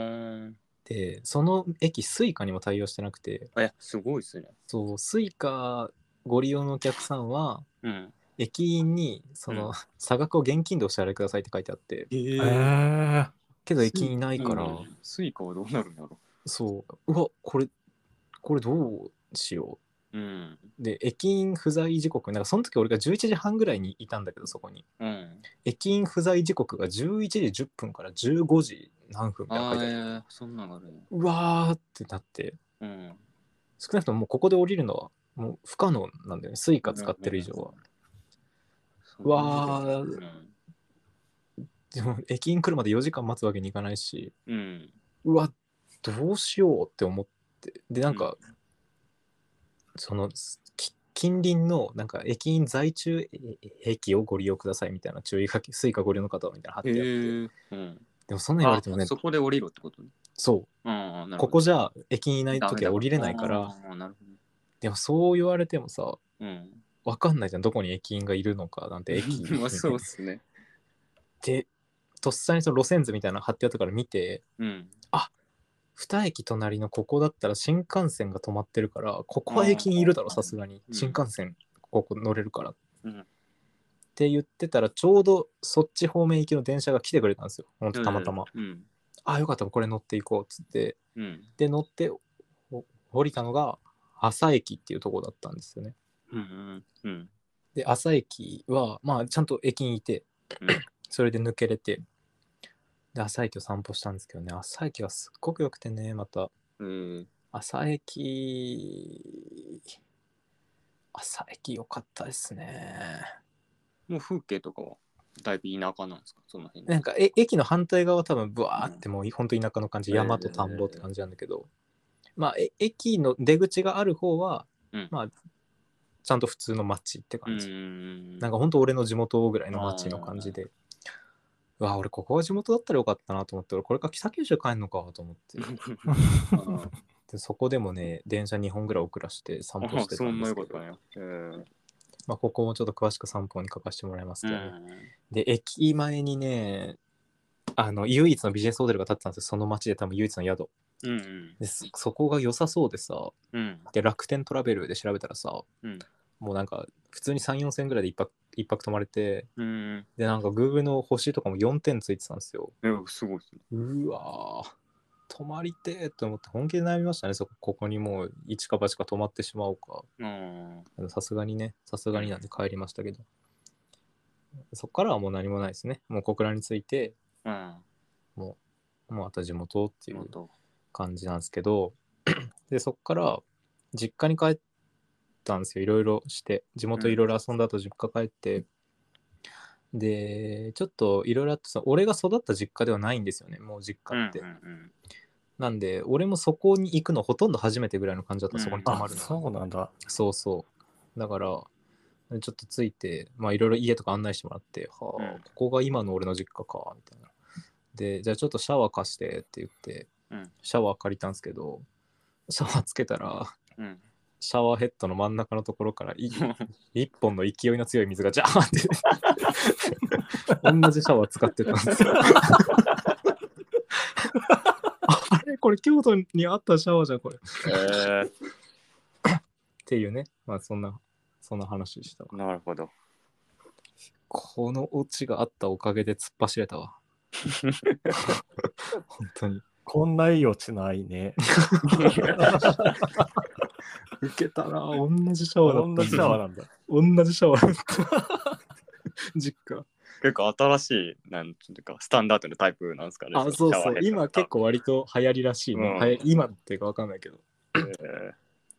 でその駅スイカにも対応してなくて、 えすごいですね。 そうスイカご利用のお客さんは、うん、駅員にその、うん、差額を現金でお支払いくださいって書いてあって、えー、けど駅員いないから、うん、 スイカはどうなるんだろう。そううわこれこれどうしよう、うん、で駅員不在時刻なんかその時俺がじゅういちじはんぐらいにいたんだけどそこに、うん、駅員不在時刻がじゅういちじじゅっぷんからじゅうごじ何分みたいな書いてある。あ、えー、そんなのあるね。うわーってなって、うん、少なくとももうここで降りるのはもう不可能なんだよね、スイカ使ってる以上は。うわー、うん、でも駅員来るまでよじかん待つわけにいかないし、うん、うわどうしようって思って、でなんか、うん、その近隣のなんか駅員在中駅をご利用くださいみたいな注意書き、スイカご利用の方はみたいな貼ってあって、うん、でもそんな言われてもね、 そこで降りろってことね。 そう、あここじゃ駅員いない時は降りれないから、なるほど。でもそう言われてもさ、うん、分かんないじゃんどこに駅員がいるのかなんて駅まあそうっすね。 でとっさにその路線図みたいなの貼ってあったから見て、うん、あに駅隣のここだったら新幹線が止まってるからここは駅員いるだろさすがに、うん、新幹線ここ乗れるから、うん、って言ってたらちょうどそっち方面行きの電車が来てくれたんですよほんとたまたま、うん、あよかったこれ乗っていこうっつって、うん、で乗って降りたのが朝駅っていうところだったんですよね、うんうんうん、で朝駅はまあちゃんと駅にいて、うん、それで抜けれて、で朝駅を散歩したんですけどね、朝駅はすっごく良くてね、また、うん、朝駅朝駅良かったですね。 もう風景とかはだいぶ田舎なんですか、その辺。 なんかえ駅の反対側多分ブワーってもう本当田舎の感じ、うん、山と田んぼって感じなんだけど、えー、まあえ駅の出口がある方は、うん、まあちゃんと普通の街って感じ、うん、なんか本当俺の地元ぐらいの街の感じで、うわ俺ここが地元だったらよかったなと思って、俺これから北九州帰るのかと思ってでそこでもね電車にほんぐらい遅らして散歩してたんですけど、そんなよかったね、えーまあ、ここもちょっと詳しく散歩に書かせてもらいますけど、ね、うん、で駅前にねあの唯一のビジネスホテルが建ってたんですよ、その町で多分唯一の宿、うんうん、でそこが良さそうでさ、うん、で楽天トラベルで調べたらさ、うん、もうなんか普通にさん、よんせんぐらいで一泊一泊泊まれて、うん、でなんか Google の星とかもよんてんついてたんですよ。 えすごいですね。 うわー泊まりてーと思って本気で悩みましたね。そこここにもう一か八か泊まってしまおうか。さすがにねさすがになんで帰りましたけど、うん、そっからはもう何もないですね。もう小倉に着いて、うん、もうもうあと地元っていう感じなんですけどでそっから実家に帰ったんですよ。いろいろして地元いろいろ遊んだ後実家帰って、うん、でちょっといろいろあってさ、俺が育った実家ではないんですよねもう実家って、うんうんうん、なんで俺もそこに行くのほとんど初めてぐらいの感じだった、うん、そこに泊まるの。 そうなんだ。 そうそうだからちょっと着いてまあいろいろ家とか案内してもらって、はあ、うん、ここが今の俺の実家かみたいな。でじゃあちょっとシャワー貸してって言って、うん、シャワー借りたんですけどシャワーつけたら、うん、シャワーヘッドの真ん中のところから一本の勢いの強い水がジャーって同じシャワー使ってたんですよあれこれ京都にあったシャワーじゃんこれ、えー、っていうね、まあそんなそんな話でした。 なるほど。 このオチがあったおかげで突っ走れたわ本当にこんないいオチないね受けたな、同じシャワーだった。 同じシャワーなんだ。 同じシャワーだった実家。 結構新しい、なんていうか、スタンダードのタイプなんですかね。 あ、そうそう。今結構割と流行りらしいね。 うんはや今っていうかわかんないけど。 えー、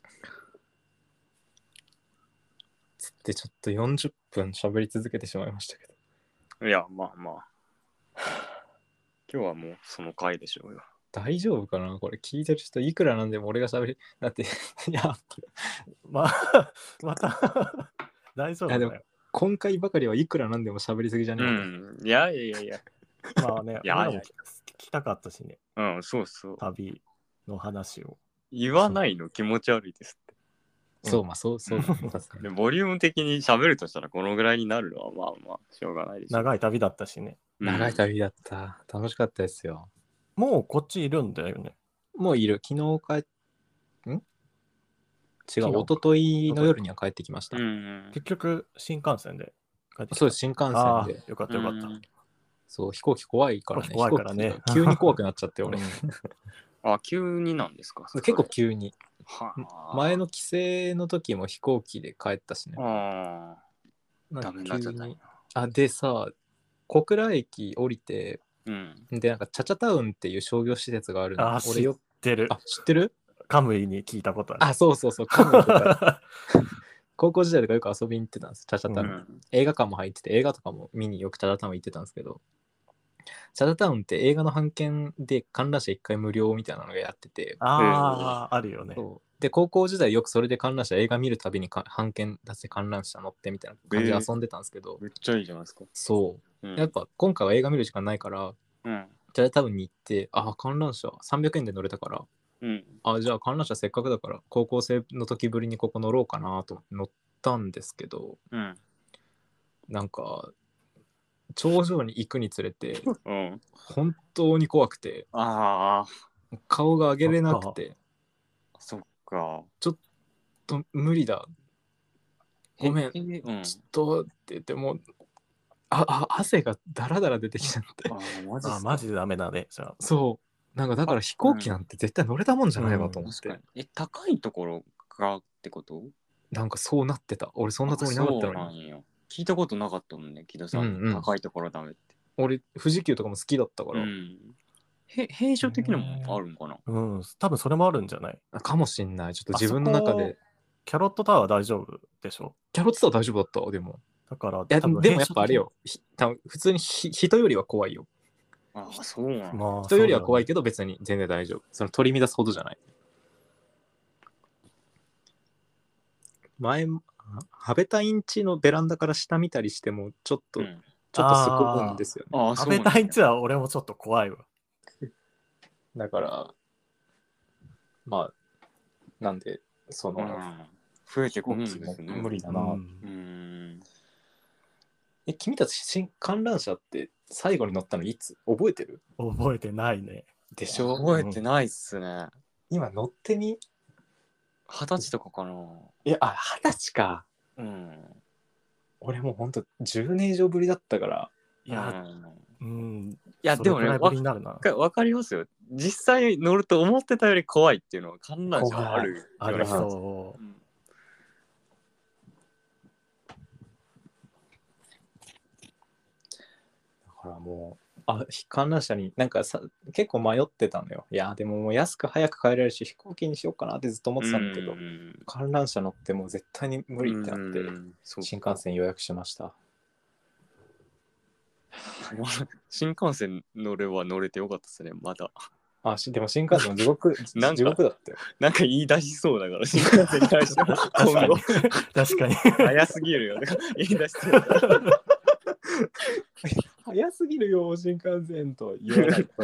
つってちょっとよんじゅっぷん喋り続けてしまいましたけど。 いや、まあまあ。今日はもうその回でしょうよ。 大丈夫かなこれ聞いてる人いくらなんでも俺が喋り、だって、いや、 まあ、また、大丈夫だいやでもよ。 今回ばかりはいくらなんでも喋りすぎじゃねうえん。いやいやいやいや。 まあね、 いや俺らも聞きたかったしね、 うん、そうそう。 旅の話を。 言わないの気持ち悪いですって。 そう、まあそう、そうだね。確かにでボリューム的に喋るとしたらこのぐらいになるのはまあまあしょうがないでしょ。 長い旅だったしね。 長い旅だった。楽しかったですよ。 もうこっちいるんだよね。 もういる。昨日帰っ、ん違う、 昨日一昨日の夜には帰ってきました。 うんうん結局、新幹線で帰ってきた。 そうです、新幹線ああで。 よかったよかった。 うんそう、飛行機怖いからね。 飛行機怖いからね飛行機が急に怖くなっちゃって、俺。 うんあ、急になんですか。 結構急に。 はあ前の帰省の時も飛行機で帰ったしね。 ああ、 なんかダメになっちゃったんや急に。あ、でさ、小倉駅降りて、 うん。 で、なんか、チャチャタウンっていう商業施設があるの。 ああ、知っ俺よてる。 あ、知ってる？ カムイに聞いたことある。 あ、そうそうそう、カムイとか高校時代とかよく遊びに行ってたんです、チャチャタウン。 うん映画館も入ってて、映画とかも見によくチャチャタウン行ってたんですけど、チャチャタウンって映画の半券で観覧車いっかい無料みたいなのがやってて、 ああ、あるよね。 そうで、高校時代よくそれで観覧車映画見るたびにか半券出して観覧車乗ってみたいな感じで遊んでたんですけど、 めっちゃいいじゃないですか。 そうう、 んやっぱ今回は映画見る時間ないから、 うん。 チャチャタウンに行って、あ、観覧車さんびゃくえんで乗れたから、 うん。 あ、じゃあ観覧車せっかくだから高校生の時ぶりにここ乗ろうかなと乗ったんですけど、 うん。 なんか頂上に行くにつれてうん。 本当に怖くてああ、 顔が上げれなくてそっか。 と無理だごめんへへうん。 ちょっとって言ってもうああ汗がダラダラ出てきちゃってあーマジっああ、 すか。 マジでダメだね。じゃあ。 そうなんかだから飛行機なんて絶対乗れたもんじゃないわと思って、 確かに。え、高いところからってこと？ なんかそうなってた俺そんなつもりなかったのにあそうなんや。聞いたことなかったもんね、木戸さん。 うんうん高いところダメって。 俺富士急とかも好きだったから、 うん。へ平所的なもんあるんかな。 うん、多分それもあるんじゃない？ かもしんないちょっと自分の中でキャロットタワー大丈夫でしょ？ キャロットタワー大丈夫だったでもだから、 いやで多分もでもやっぱあれよひ多分普通にひ人よりは怖いよああ、そうなんだ。 まあ、 人よりは怖いけけど別に全然大丈夫その取り乱すほどじゃない前ハベタイン家のベランダから下見たりしてもちょっと、 うんちょっとすくむんですよねああ、そうなんだ食べたいんちは俺もちょっと怖いわ。 だからまあなんでその、 うん増えてくるんですね。 無理だな、 うんうん。 え君たち新観覧車って最後に乗ったのいつ覚えてる覚えてないね。 でしょ覚えてないっすね。 今乗ってみ二十歳とかかな。 いやあ二十歳かうん。 俺もうほんとじゅうねん以上ぶりだったからいや、 うんうん。 いや、でもね、 それくらいぶわりになるな。 かわかりますよ。実際乗ると思ってたより怖いっていうのは観覧車あるよね。 ありそう。 うんだからもうあ観覧車になんかさ結構迷ってたのよいやでももう安く早く帰れるし飛行機にしようかなってずっと思ってたんだけど、 うん観覧車乗ってもう絶対に無理ってなってうんそう新幹線予約しました新幹線乗れは乗れてよかったですね、まだ。 あしでも新幹線も地獄なんか地獄だったよなんか言い出しそうだから、新幹線に対しては今後、 確かに。 早すぎるよね。言い出してるから。 早すぎるよ新幹線と言わないと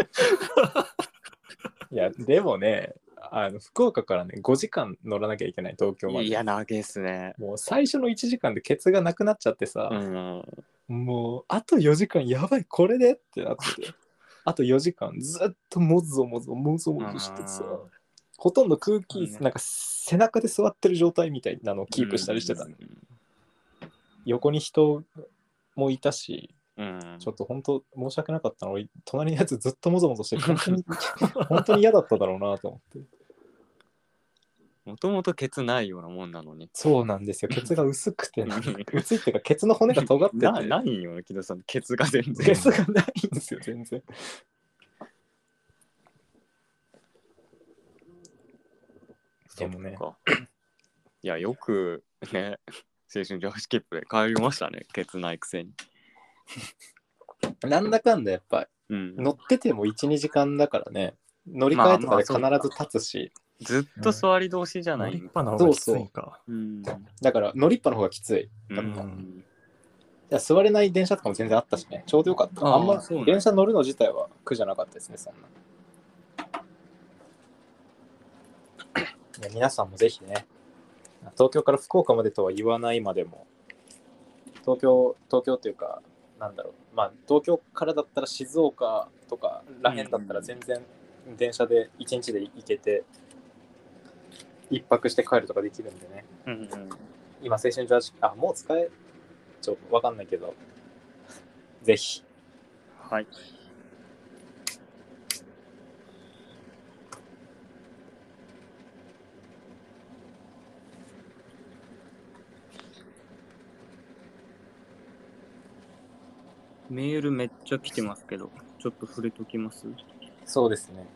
いやでもねあの福岡からねごじかん乗らなきゃいけない東京までいや、長いっすね。 もう最初のいちじかんでケツがなくなっちゃってさ、 うん。 もうあとよじかんやばいこれでってなっててあとよじかんずっともぞもぞもぞもぞしてさうんほとんど空気、 うんなんか背中で座ってる状態みたいなのをキープしたりしてた、 うん横に人もいたしうん。 ちょっと本当申し訳なかったの俺隣のやつずっともぞもぞして本当に本当に嫌だっただろうなと思ってもともとケツないようなもんなのに。 そうなんですよ。ケツが薄くて、薄いっていうか、ケツの骨が尖ってて。 なないよ、木戸さん。ケツが全然。 ケツがないんですよ、全然。でもね。 いや、よくね、青春女子キップで帰りましたね、ケツないくせに。 なんだかんだやっぱ、うん、乗っててもいち、にじかんだからね、乗り換えとかで必ず立つし。 まあまあ、ずっと座り通しじゃない、 うん、乗りっぱの方がきついか。 そうそう、うん、だから乗りっぱの方がきつい。うん、いや座れない電車とかも全然あったしね、ちょうどよかった。あ, あんま電車乗るの自体は苦じゃなかったですね、そんな。いや皆さんもぜひね、東京から福岡までとは言わないまでも、東京、東京っていうか、なんだろう、まあ、東京からだったら静岡とからへんだったら全然電車でいちにちで行けて、一泊して帰るとかできるんでね。うんうん、今、青春ジャージ、あ、もう使え、ちょっとわかんないけど、ぜひ。 はい。メールめっちゃ来てますけど、ちょっと触れときます？ そうですね。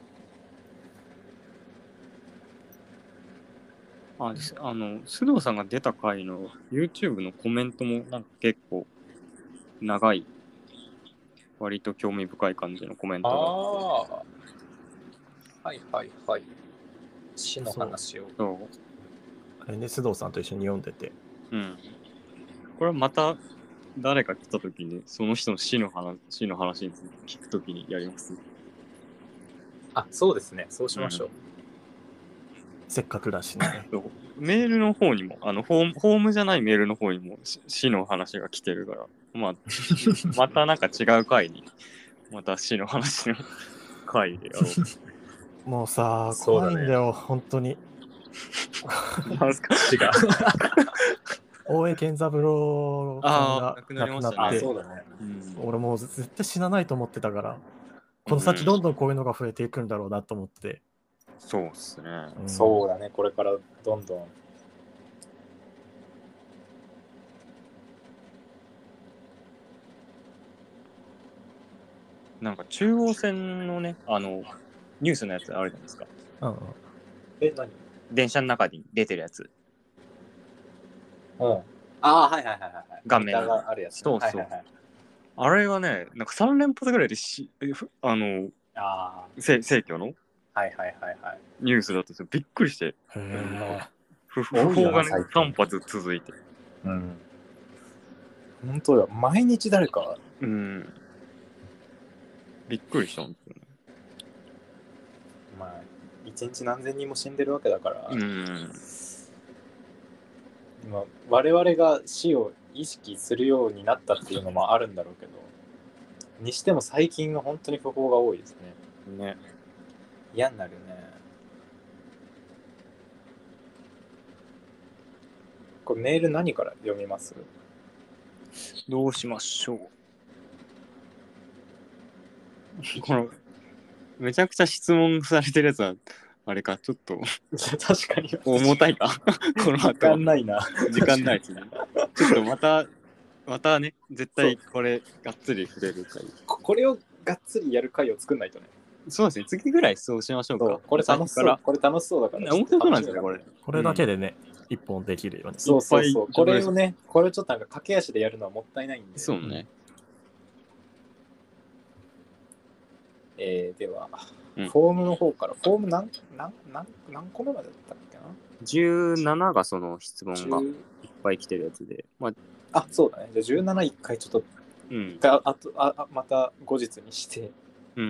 あ、あの、須藤さんが出た回の YouTube のコメントもなんか結構長い、割と興味深い感じのコメントがあって。 ああ。はいはいはい。死の話を。 そう。あれね、須藤さんと一緒に読んでて。 うん。これはまた、誰か来たときに、その人の死の話、死の話について聞くときにやります。 あ、そうですね。そうしましょう。うん、 せっかくだしね。 メールの方にも、あのホーム、ホームじゃないメールの方にも死の話が来てるから、まあ、またなんか違う回に、また死の話の回でやろう。もうさ、怖いんだよ、本当に。 なんすか違う。 大江健三郎君が亡くなって、 そうだね、 うん、俺もう絶対死なないと思ってたから、この先どんどんこういうのが増えていくんだろうなと思って。 うん、そうっすね、 うん。そうだね、これからどんどん。 なんか中央線のね、あの、ニュースのやつあるじゃないですか。 うんうん、 え、何？ 電車の中に出てるやつ。 うん。ああ、はいはいはいはい。 画面があるやつ、ね。 そうそう。はいはいはい、あれがね、なんかさん連発ぐらいでし、あの、あ生協のはいはいはいはい。 ニュースだったんですよ。びっくりして。 へ不法がね、さん発続いて。 うん。本当よ。毎日誰か。 うん。びっくりしたんですよね。 まあ、一日何千人も死んでるわけだから。うん。まあ、我々が死を意識するようになったっていうのもあるんだろうけど、にしても最近は本当に不法が多いですね。ね。嫌になるね。これメール何から読みます？ どうしましょう。このめちゃくちゃ質問されてるやつはあれか、ちょっと確かに重たいかこの後時間ないな。 時間ないですね。ちょっとまたまたね、絶対これがっつり触れる回。 これをがっつりやる回を作んないとね。 そうですね、次ぐらいそうしましょうか。 これ楽しそう。これ楽しそうだから。 面白そうなんですよね、これ。 これだけでね、一、うん、本できるよね。 そうそうそう。これをね、これちょっとなんか駆け足でやるのはもったいないんで。 そうね。 えー、では、うん、フォームの方から、フォーム何、何、何、何個目までだったっけな ? じゅうなな がその質問がいっぱい来てるやつで。まあ、あ、そうだね。じゃあじゅうなな一回ちょっと、うん、ああとあまた後日にして。うん。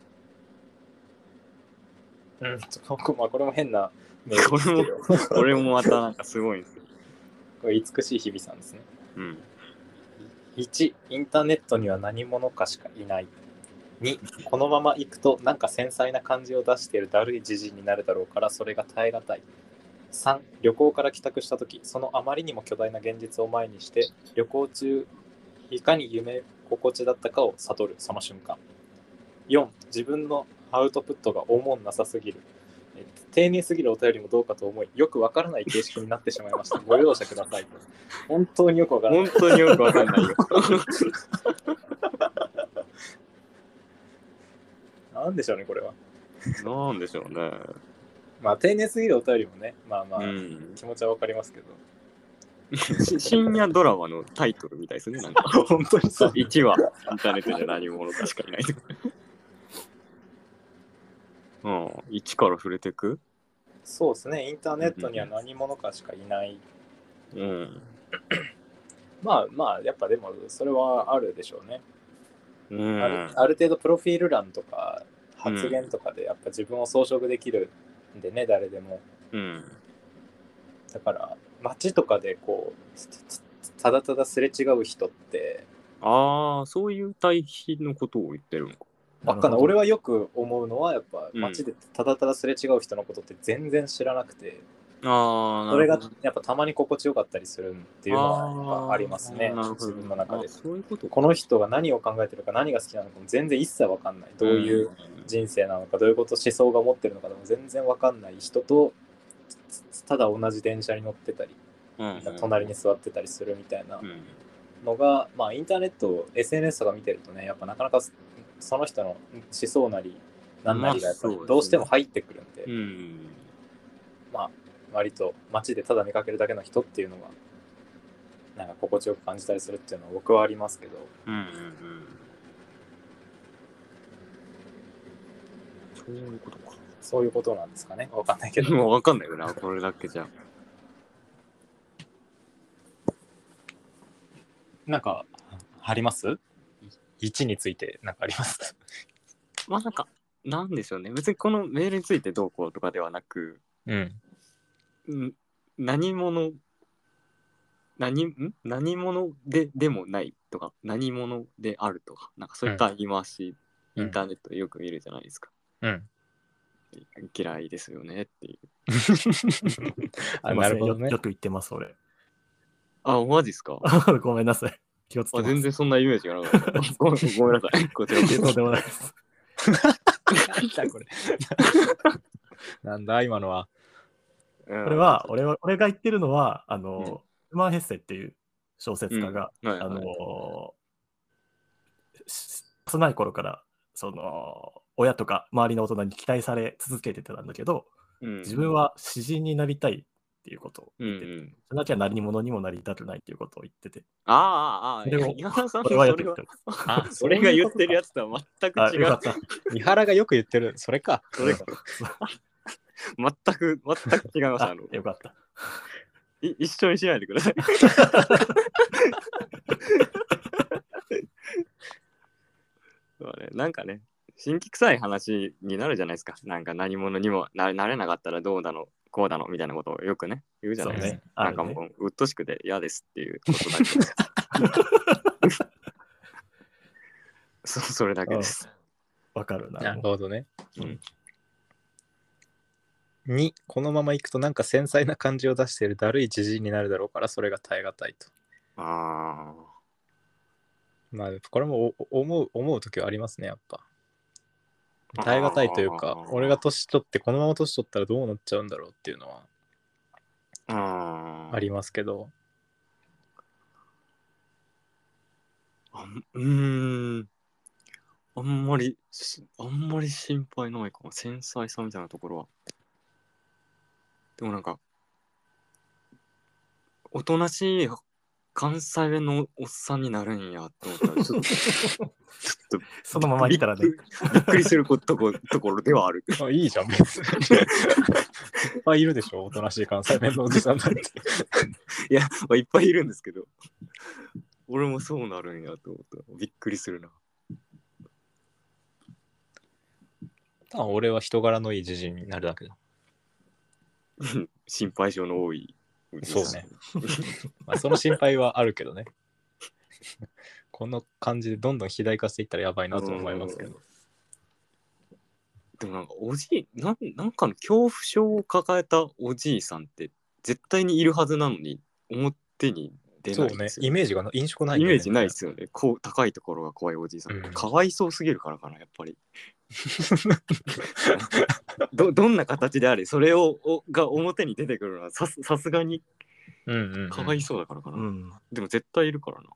うん、ちょっとまあこれも変なメールですけど。これもまたなんかすごいんですよ。 これ美しい日々さんですね。うん。いち、インターネットには何者かしかいない。に、このまま行くとなんか繊細な感じを出しているだるいじじいになるだろうからそれが耐え難い。さん、旅行から帰宅した時そのあまりにも巨大な現実を前にして旅行中いかに夢心地だったかを悟るその瞬間。よん、自分のアウトプットが思んなさすぎる。 丁寧すぎるお便りもどうかと思い、よくわからない形式になってしまいました。ご容赦ください。本当によくわからない。 本当によくわかんないよ。 なんでしょうね、これは。 なんでしょうね。 まあ、丁寧すぎるお便りもね、まあまあ、 うん、 気持ちはわかりますけど。 深夜ドラマのタイトルみたいですね。なんか本当にそう。 いちわ、インターネットじゃ何者かしかいないとか。うん、いちから触れていく？ そうですね、インターネットには何者かしかいない。 うん。 まあまあ、やっぱでも、それはあるでしょうね。 うん、 ある、ある程度プロフィール欄とか発言とかでやっぱ自分を装飾できるんでね、誰でも。 うん。 だから街とかでこうただただすれ違う人って、 ああ、そういう対比のことを言ってるのか。 わかんない。俺はよく思うのはやっぱ街でただただすれ違う人のことって全然知らなくて、 うん、ああ、 それがやっぱたまに心地よかったりするっていうのはありますね。自分の中で。 そういうこと。 この人が何を考えてるか何が好きなのかも全然一切わかんない。どういう人生なのか、どういうこと思想が持ってるのかでも全然わかんない人とただ同じ電車に乗ってたり、うん、隣に座ってたりするみたいなのが、うん、まあインターネット エスエヌエス とか見てるとね、やっぱなかなかその人の思想なり何なりがやっぱりどうしても入ってくるんで、まあ、うん、まあ割と街でただ見かけるだけの人っていうのがなんか心地よく感じたりするっていうのは僕はありますけど、うんうんうん、そういうことか。そういうことなんですかね。わかんないけど。 もうわかんないよな、これだけじゃ。 なんかあります？いちについてなんかあります？ まあなんかなんでしょうね。別にこのメールについてどうこうとかではなく、うん、ん何者何ん何者ででもないとか何者であるとかなんかそういった言い回し、うん、インターネットでよく見るじゃないですか。うん。嫌いですよねっていう。 あ、なるほどね。よく言ってます俺。 あ、マジっすか？ ごめんなさい。気をつけます。 あ、全然そんなイメージがなかった。ご, ごめんなさい。こちらこそ。 とんでもないです。 なんだこれ。なんだ今のは。 これは俺は俺が言ってるのはあの、うん、ルマン・ヘッセっていう小説家が、うんはいはい、あの幼い頃からその親とか周りの大人に期待され続けてたんだけど、うん、自分は詩人になりたいっていうことを言ってて、うんうん、じゃなきゃ何者にもなりたくないっていうことを言ってて、 ああああ、 それを井原さんそれはやってる人です。 あ、それが言ってるやつとは全く違う。 よかった。 井原がよく言ってる、それか。 それか。全く全く違いました。あのよかった。 い一緒にしないでください。そうね、なんかね、新規臭い話になるじゃないですか。なんか何者にも な, なれなかったらどうだのこうだのみたいなことをよくね言うじゃないですか。ね、なんかもう、ね、うっとしくて嫌ですっていうことだけです。そ, それだけです。 わかるな。 なるほどね。うんにこのままいくとなんか繊細な感じを出しているだるいじじいになるだろうからそれが耐え難いと。ああ。まあこれも思う思う時はありますねやっぱ。耐え難いというか俺が年取ってこのまま年取ったらどうなっちゃうんだろうっていうのはありますけど。 あうーん。あんまりあんまり心配ないかも。繊細さみたいなところは。でもなんかおとなしい関西弁のおっさんになるんやって思ったらちょっとちょっとそのまま言ったらねびっくりすることこ、ところではある。 あ、いいじゃん別に。いっぱいいるでしょおとなしい関西弁のおじさんなんて。 いや、まあ、いっぱいいるんですけど俺もそうなるんやと思ったらびっくりするな。 多分俺は人柄のいいじじいになるだけだ。 心配性の多い。 そうね。まあその心配はあるけどね。この感じでどんどん肥大化していったらやばいなと思いますけど。 でもなんかおじいな、なんかの恐怖症を抱えたおじいさんって絶対にいるはずなのに表に出ないですよね。 そうね。イメージが印象ない、 ね、イメージないですよね。こう高いところが怖いおじいさん、うん。かわいそうすぎるからかなやっぱり。 ど, どんな形であれそれをおが表に出てくるのはさすさすがにかわいそうだからかな、うんうん、でも絶対いるからな。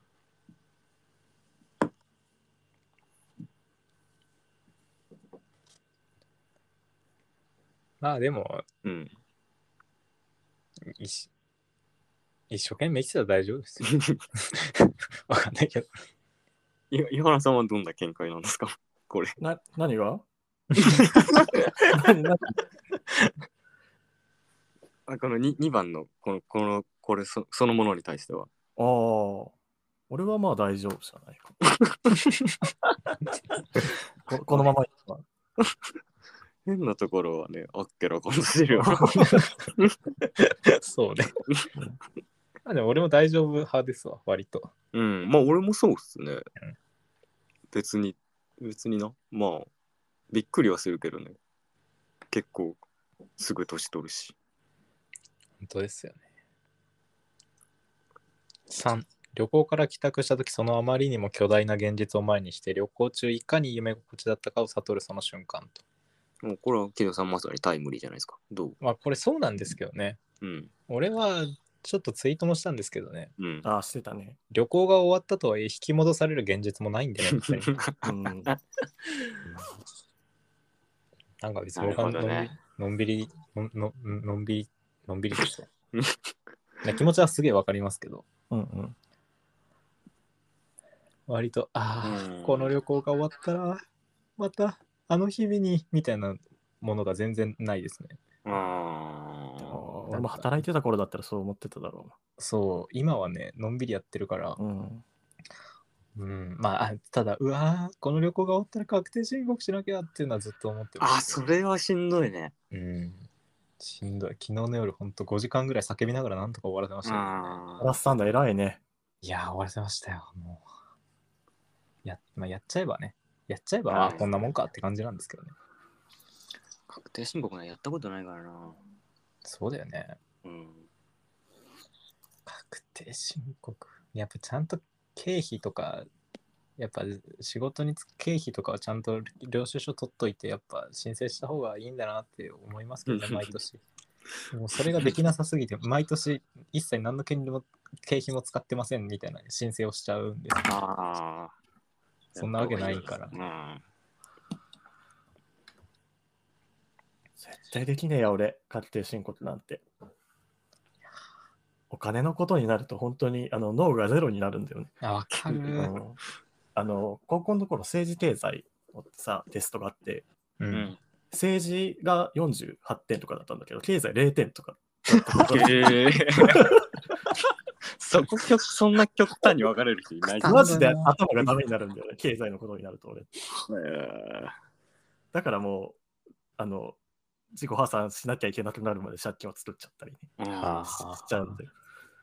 まあでも、うん、一, 一生懸命生きてたら大丈夫ですよ。わかんないけど。 井原さんはどんな見解なんですかこれ。 な、何が何何あこの 2, 2番のこのこのこれ そ, そのものに対しては。 ああ、俺はまあ大丈夫じゃないか。こ, このままいくか。 変なところはね、あっけらかもしれない。 そうね。あでも俺も大丈夫派ですわ、割と。 うん、まあ俺もそうっすね。うん、別に、別にな。まあ、びっくりはするけどね。結構、すぐ年取るし。 本当ですよね。さん、旅行から帰宅したとき、そのあまりにも巨大な現実を前にして、旅行中いかに夢心地だったかを悟るその瞬間と。 もうこれは木戸さんまさにタイムリーじゃないですか。どう？ まあこれそうなんですけどね。うん。俺はちょっとツイートもしたんですけどね。 うん。ああ、してたね。 旅行が終わったとはいえ引き戻される現実もないんでね。別にうん、なんか別に僕はのんびり、ね、のんびりのののんびりのんびりですよ。気持ちはすげえわかりますけど。うんうん。割とああこの旅行が終わったらまたあの日々にみたいなものが全然ないですね。 ああ、俺も働いてた頃だったらそう思ってただろうな。 そう、今はね、のんびりやってるから、うん、うん、まあ、ただ、うわー、この旅行が終わったら確定申告しなきゃっていうのはずっと思ってます、ね。あ、それはしんどいね。 うん。しんどい。昨日の夜、ほんとごじかんぐらい叫びながらなんとか終わらせましたけどね。 終わらせたんだ、偉いね。 いやー、終わらせましたよ、もう。や、まあ、やっちゃえばね。やっちゃえば、あ、こんなもんかって感じなんですけどね。 確定申告ね、やったことないからな。 そうだよね。うん。確定申告。やっぱちゃんと経費とか、やっぱ仕事につく経費とかはちゃんと領収書取っといて、やっぱ申請した方がいいんだなって思いますけどね、毎年。もうそれができなさすぎて、毎年一切何の権利も経費も使ってませんみたいな申請をしちゃうんです。ああ。そんなわけないから。うん。 絶対できねえや、俺、確定申告なんて。お金のことになると本当にあの脳がゼロになるんだよね。 あ、わかる、うん。 あの高校の頃政治経済のさテストがあって、うん、政治がよんじゅうはってんとかだったんだけど経済れいてんとかだったことが、えー、 そこそんな極端に分かれる人いない。 マジで頭がダメになるんだよね経済のことになると俺、えー、だからもうあの自己破産しなきゃいけなくなるまで借金を作っちゃったりね、うん、し, しちゃうんだよ。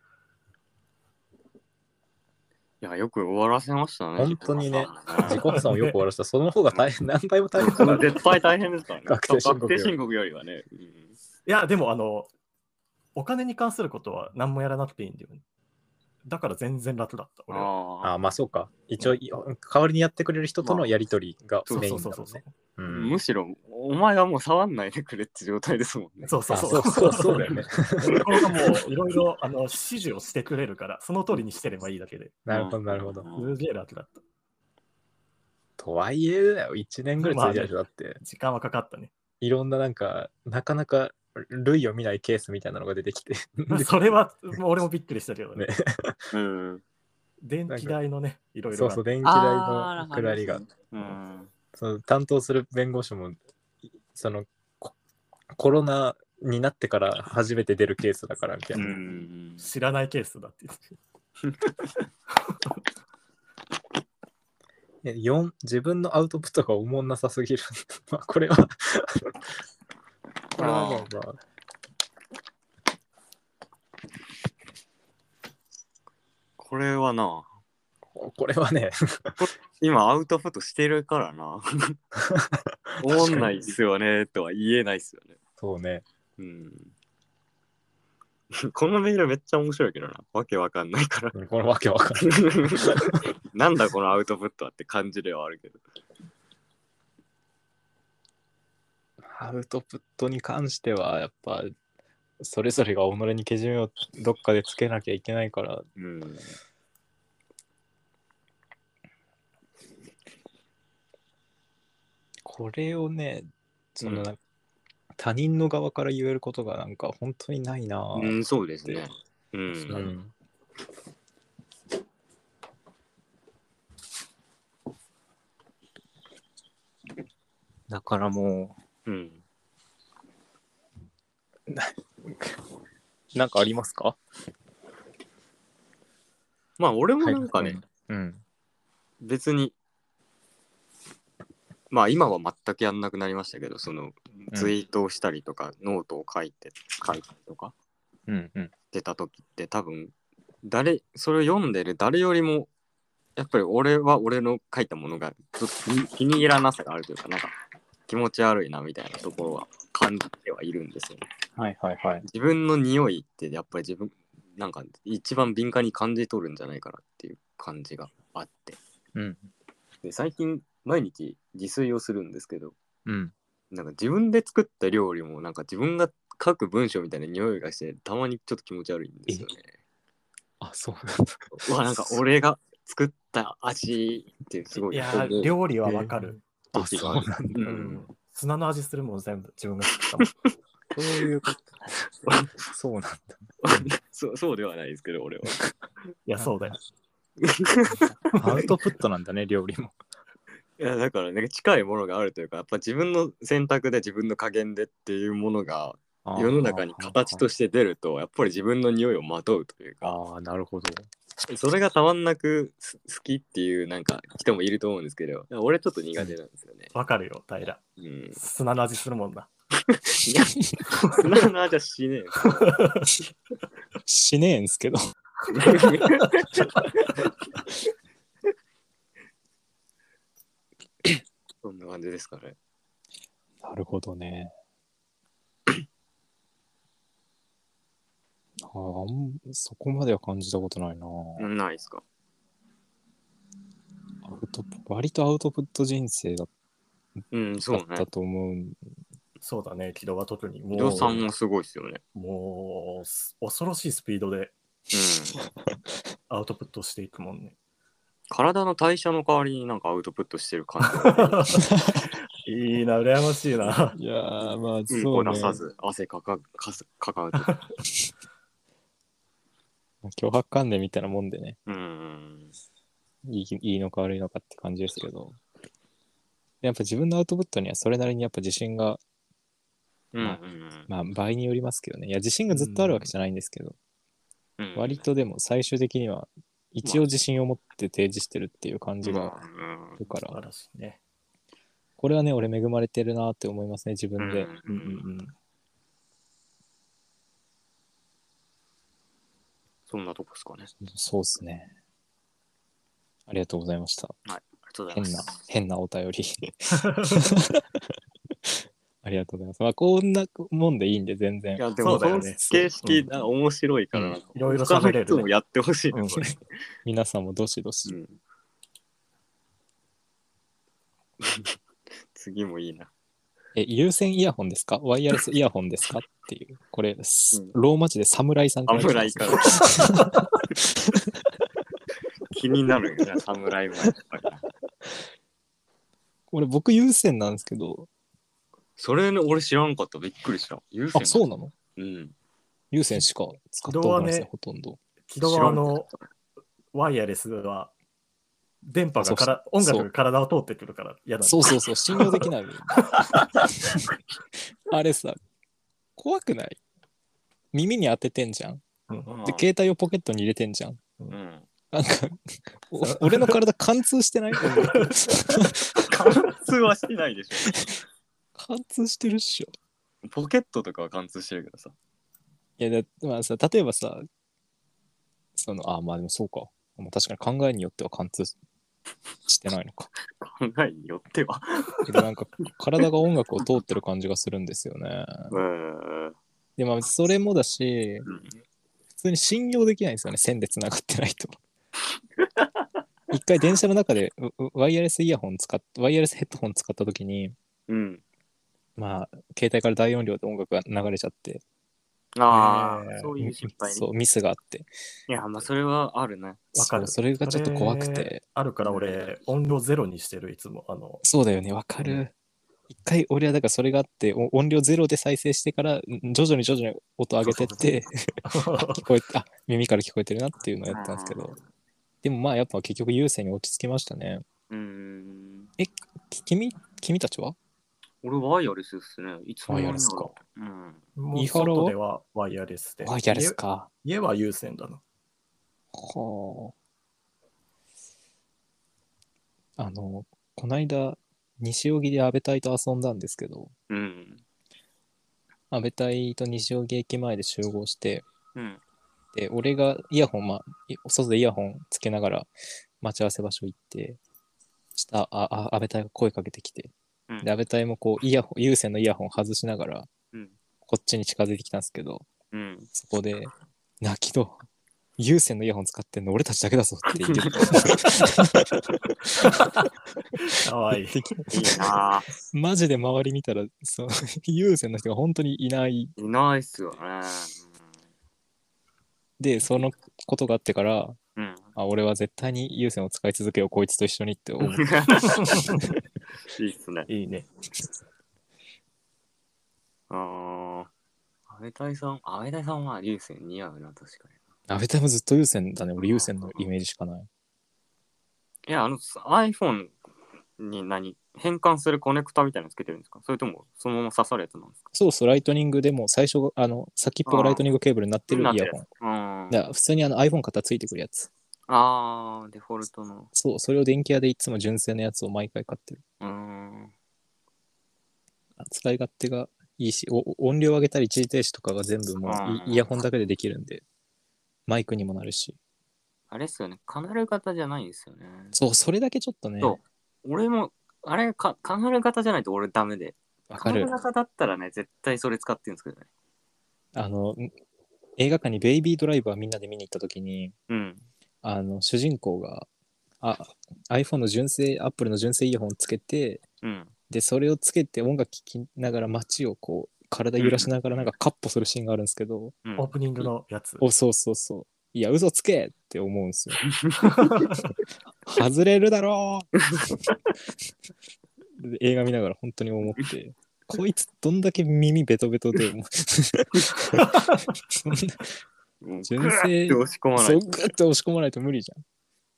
いや、よく終わらせましたね。 本当にね、自己破産をよく終わらせた。その方が大変、何倍も大変だから。 絶対大変ですからね。 確定申告確定申告よりはね。うん、いや、でも、あの、お金に関することは何もやらなくていいんだよね。だから全然楽だった。俺はああ、まあそうか。一応、代わりにやってくれる人とのやりとりがメインだもんね。 むしろ、お前はもう触んないでくれって状態ですもんね。 そうそうそう。 そうそうそうだよね。 向こうがもういろいろ指示をしてくれるから、その通りにしてればいいだけで。 なるほど、なるほど。 すげえ楽だった。 とはいえだよ、いちねんぐらい続いたでしょ、だって。 時間はかかったね。 いろんななんか、なかなか類を見ないケースみたいなのが出てきて。 それは、もう俺もびっくりしたけどね。ねうん、電気代のね、いろいろ。 そうそう、電気代のくらりが。うん、その担当する弁護士も、そのコロナになってから初めて出るケースだからみたいな。うん、 知らないケースだって言って。 よん自分のアウトプットがおもんなさすぎる。まあこれはこれはまあこれはなこれはね今アウトプットしてるからなおもんないっすよねとは言えないっすよね。 そうね、 うん、このメールめっちゃ面白いけどな、わけわかんないから。 このわけわかんないなんだこのアウトプットはって感じではあるけど。 アウトプットに関してはやっぱそれぞれが己にけじめをどっかでつけなきゃいけないから、うん、これをねその、うん、他人の側から言えることがなんか本当にないな。 うん、そうですね。うん。うんだからもう、うん、なんかありますか？ まあ俺もなんかね、はい、 うん、 別にまあ今は全くやんなくなりましたけど、そのツイートをしたりとか、うん、ノートを書いて書いたりとか出た時って多分誰それを読んでる誰よりもやっぱり俺は俺の書いたものがちょっと気に入らなさがあるというか、なんか気持ち悪いなみたいなところは感じてはいるんですよね。 はいはいはい。 自分の匂いってやっぱり自分なんか一番敏感に感じ取るんじゃないかなっていう感じがあって、 うん、 で最近毎日自炊をするんですけど、 うん、 なんか自分で作った料理もなんか自分が書く文章みたいな匂いがしてたまにちょっと気持ち悪いんですよね。 あ、そうなんだ。 うわ、なんか俺が作った味ってすごい。 いや料理はわかる。 あ、そうなんだ、うんうん。砂の味するもん全部自分が作ったもん。 そういうこと。そうなんだ。 そ, そうではないですけど俺は。 いやそうだよ。 アウトプットなんだね料理も。 いやだからね近いものがあるというか、やっぱ自分の選択で自分の加減でっていうものが世の中に形として出るとやっぱり自分の匂いをまとうというか。 ああなるほど。 それがたまんなく好きっていうなんか人もいると思うんですけど、俺ちょっと苦手なんですよね。 わ、うん、かるよ平、うん、砂の味するもんな。 いや砂の味はしねえしねえんすけどそんな感じですかね。 なるほどね。ああ、そこまでは感じたことないな。 ないですか。 アウト割とアウトプット人生だ、 うん、そうね、 だったと思う。 そうだね、木戸は特にもう。木戸さんもすごいですよね。 もう恐ろしいスピードで、うん、アウトプットしていくもんね。 体の代謝の代わりになんかアウトプットしてる感じ。いいな、羨ましいな。 いやー、まあそうね。 うんこ出さず、汗かかかすかかず。 強迫観念みたいなもんでね。 うん。 いい、いいのか悪いのかって感じですけど。やっぱ自分のアウトプットにはそれなりにやっぱ自信が、まあ、うんうん、まあ場合によりますけどね。いや自信がずっとあるわけじゃないんですけど、うん、割とでも最終的には一応自信を持って提示してるっていう感じがあるから、 まあ、素晴らしいね。 これはね俺恵まれてるなって思いますね自分で。うんうんうん、 そんなとこですかね。 そうですね。ありがとうございました。 はい、ありがとうございます。 変な変なお便り。ありがとうございます。まあこんなもんでいいんで全然。 いやでもその形式、うん、面白いから、うん、いろいろ喋れる、ね。 他の人もやってほしい、ね、うん、 皆さんもどしどし。うん、 次もいいな。 え、有線イヤホンですか？ワイヤレスイヤホンですかっていう。これ、うん、ローマ字で侍さんって書いてます。 侍から。気になるよね、侍もやっぱり。 これ僕有線なんですけど。 それね、俺知らんかった。びっくりした。有線。 あ、そうなの？ うん。 有線しか使ったことないですね、ほとんど。 木戸はあの、ワイヤレスは、電波がから音楽が体を通ってくるから嫌だ。 そうそうそう、信用できない。あれさ、怖くない？耳に当ててんじゃん。うん、で、携帯をポケットに入れてんじゃん。うん、なんか俺の体貫通してない？貫通はしてないでしょ。 貫通してるっしょ。 ポケットとかは貫通してるけどさ。 いやだ、まあさ、例えばさ、その、あ、まあでもそうか。確かに考えによっては貫通してないのか。 考えによってはでなんか体が音楽を通ってる感じがするんですよね。でまあそれもだし、うん、普通に信用できないんですよね、線でつながってないと。一回電車の中でワイヤレスイヤホン使っワイヤレスヘッドホン使った時に、うん、 まあ携帯から大音量で音楽が流れちゃって、 ああ、そういう失敗ね。 そうミスがあって。 いや、まあそれはあるね。 わかる。 それがちょっと怖くて。 あるから俺、音量ゼロにしてる、いつも。あのそうだよね、わかる。うん、一回俺はだからそれがあって音量ゼロで再生してから徐々に徐々に音上げてって聞こえあ耳から聞こえてるなっていうのをやったんですけど、でもまあやっぱ結局有線に落ち着きましたね。うーん。え、君君たちは？ 俺ワイヤレスですね。いつもワイヤレスか。 うん。 もう外ではワイヤレスで。 ワイヤレスか。 家, 家は有線だな。 はあ。あのこないだ西荻で安倍隊と遊んだんですけど、うん、安倍隊と西荻駅前で集合して、うん、で俺がイヤホン、まあ、外でイヤホンつけながら待ち合わせ場所行って、したああ安倍隊が声かけてきて、うん、で安倍隊もこうイヤホン有線のイヤホン外しながら、うん、こっちに近づいてきたんですけど、うん、そこで泣きと有線のイヤホン使ってんの俺たちだけだぞって言ってかわいい。いいな。 マジで周り見たらそう有線の人が本当にいない。 いないっすよね。 でそのことがあってから、うん、あ俺は絶対に有線を使い続けようこいつと一緒にって思う。 いいっすね。 いいね。 ああ、安倍隊さん、安倍隊さんは有線似合うな、確かに。 安倍隊もずっと有線だね。俺有線のイメージしかない。 いや、あの iPhone に何変換するコネクタみたいなのつけてるんですか？それともそのまま刺さるやつなんですか？ そうそう、ライトニングでも最初あの先っぽがライトニングケーブルになってるイヤホン。だから普通にあの iPhone 型ついてくるやつ。 ああ、デフォルトの。 そう、それを電気屋でいつも純正のやつを毎回買ってる。うん。使い勝手がいいし、音量上げたり一時停止とかが全部もうイヤホンだけでできるんで、マイクにもなるし。 あれっすよね、カナル型じゃないんですよね。 そう、それだけちょっとね。 そう。俺も、あれか、カナル型じゃないと俺ダメで。わかる。カナル型だったらね、絶対それ使ってるんですけどね。 あの、映画館にベイビードライバーみんなで見に行った時に、うん、あの主人公があ iPhone の純正、Apple の純正イヤホンつけて、うん、で、それをつけて音楽聴きながら街をこう、体揺らしながらなんかカッポするシーンがあるんですけど、 うん、オープニングのやつ。 お、そうそうそう。いや、嘘つけって思うんですよ。外れるだろう映画見ながら本当に思って、こいつどんだけ耳ベトベトで、純正、 押し込まないと。 そう、グッと押し込まないと無理じゃん。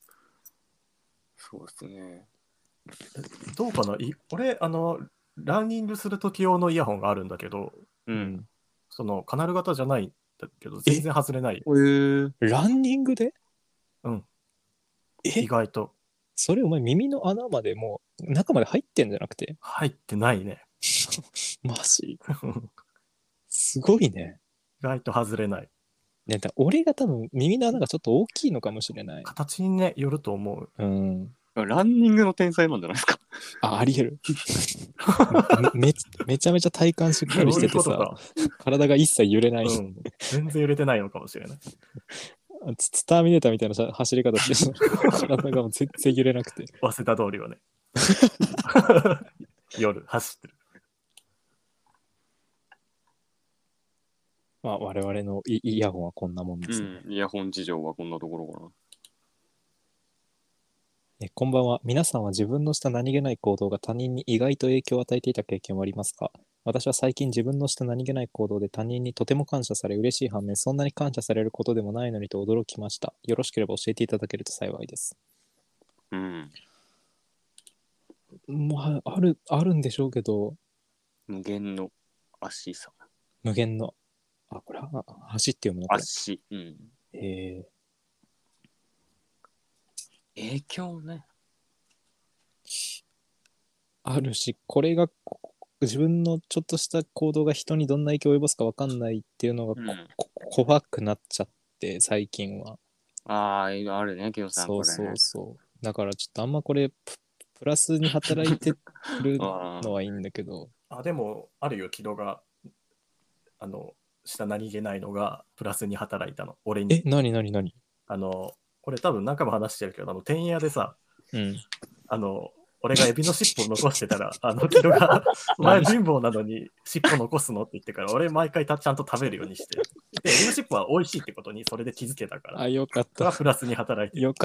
そうですね。 どうかない俺、あの、ランニングする時用のイヤホンがあるんだけど、うん、そのカナル型じゃないんだけど、全然外れない。 えー、ランニングで？ うん。意外と。 それお前耳の穴までもう中まで入ってんじゃなくて？ 入ってないね。 マジすごいね。 意外と外れない。 ね、だ俺が多分耳の穴がちょっと大きいのかもしれない。 形にね、よると思う。 うん。 ランニングの天才なんじゃないですか。 あ、ありえるめ。めちゃめちゃ体幹しっかりしててさ、体が一切揺れない、うん。 全然揺れてないのかもしれない。 ツターミネーターみたいな走り方して体がもう全然揺れなくて。 早稲田通りをね。夜走ってる。 まあ我々のイ, イヤホンはこんなもんですね、 うん。イヤホン事情はこんなところかな。 えこんばんは。皆さんは自分のした何気ない行動が他人に意外と影響を与えていた経験はありますか？私は最近自分のした何気ない行動で他人にとても感謝され嬉しい反面、そんなに感謝されることでもないのにと驚きました。よろしければ教えていただけると幸いです。うん。まあ、ある、あるんでしょうけど。 無限の足さ。 無限の。あ、これは足っていうものか。 足。うん。えー影響ね。 あるし、これが自分のちょっとした行動が人にどんな影響を及ぼすか分かんないっていうのが、うん、怖くなっちゃって最近は。 ああ、あるね、きよさん。 そうそうそう。だからちょっとあんまこれ プ, プラスに働いてるのはいいんだけど。 あでもあるよ、木戸があのした何気ないのがプラスに働いたの。俺に。 え、何何何？ あのこれ多分何回も話してるけど、あの店屋でさ、うん、あの俺がエビの尻尾を残してたら、あの木戸が、お前貧乏なのに尻尾残すのって言ってから、俺毎回ちゃんと食べるようにして。で、エビの尻尾は美味しいってことにそれで気づけたから。 あ、よかった。 プラスに働いて。 よかった、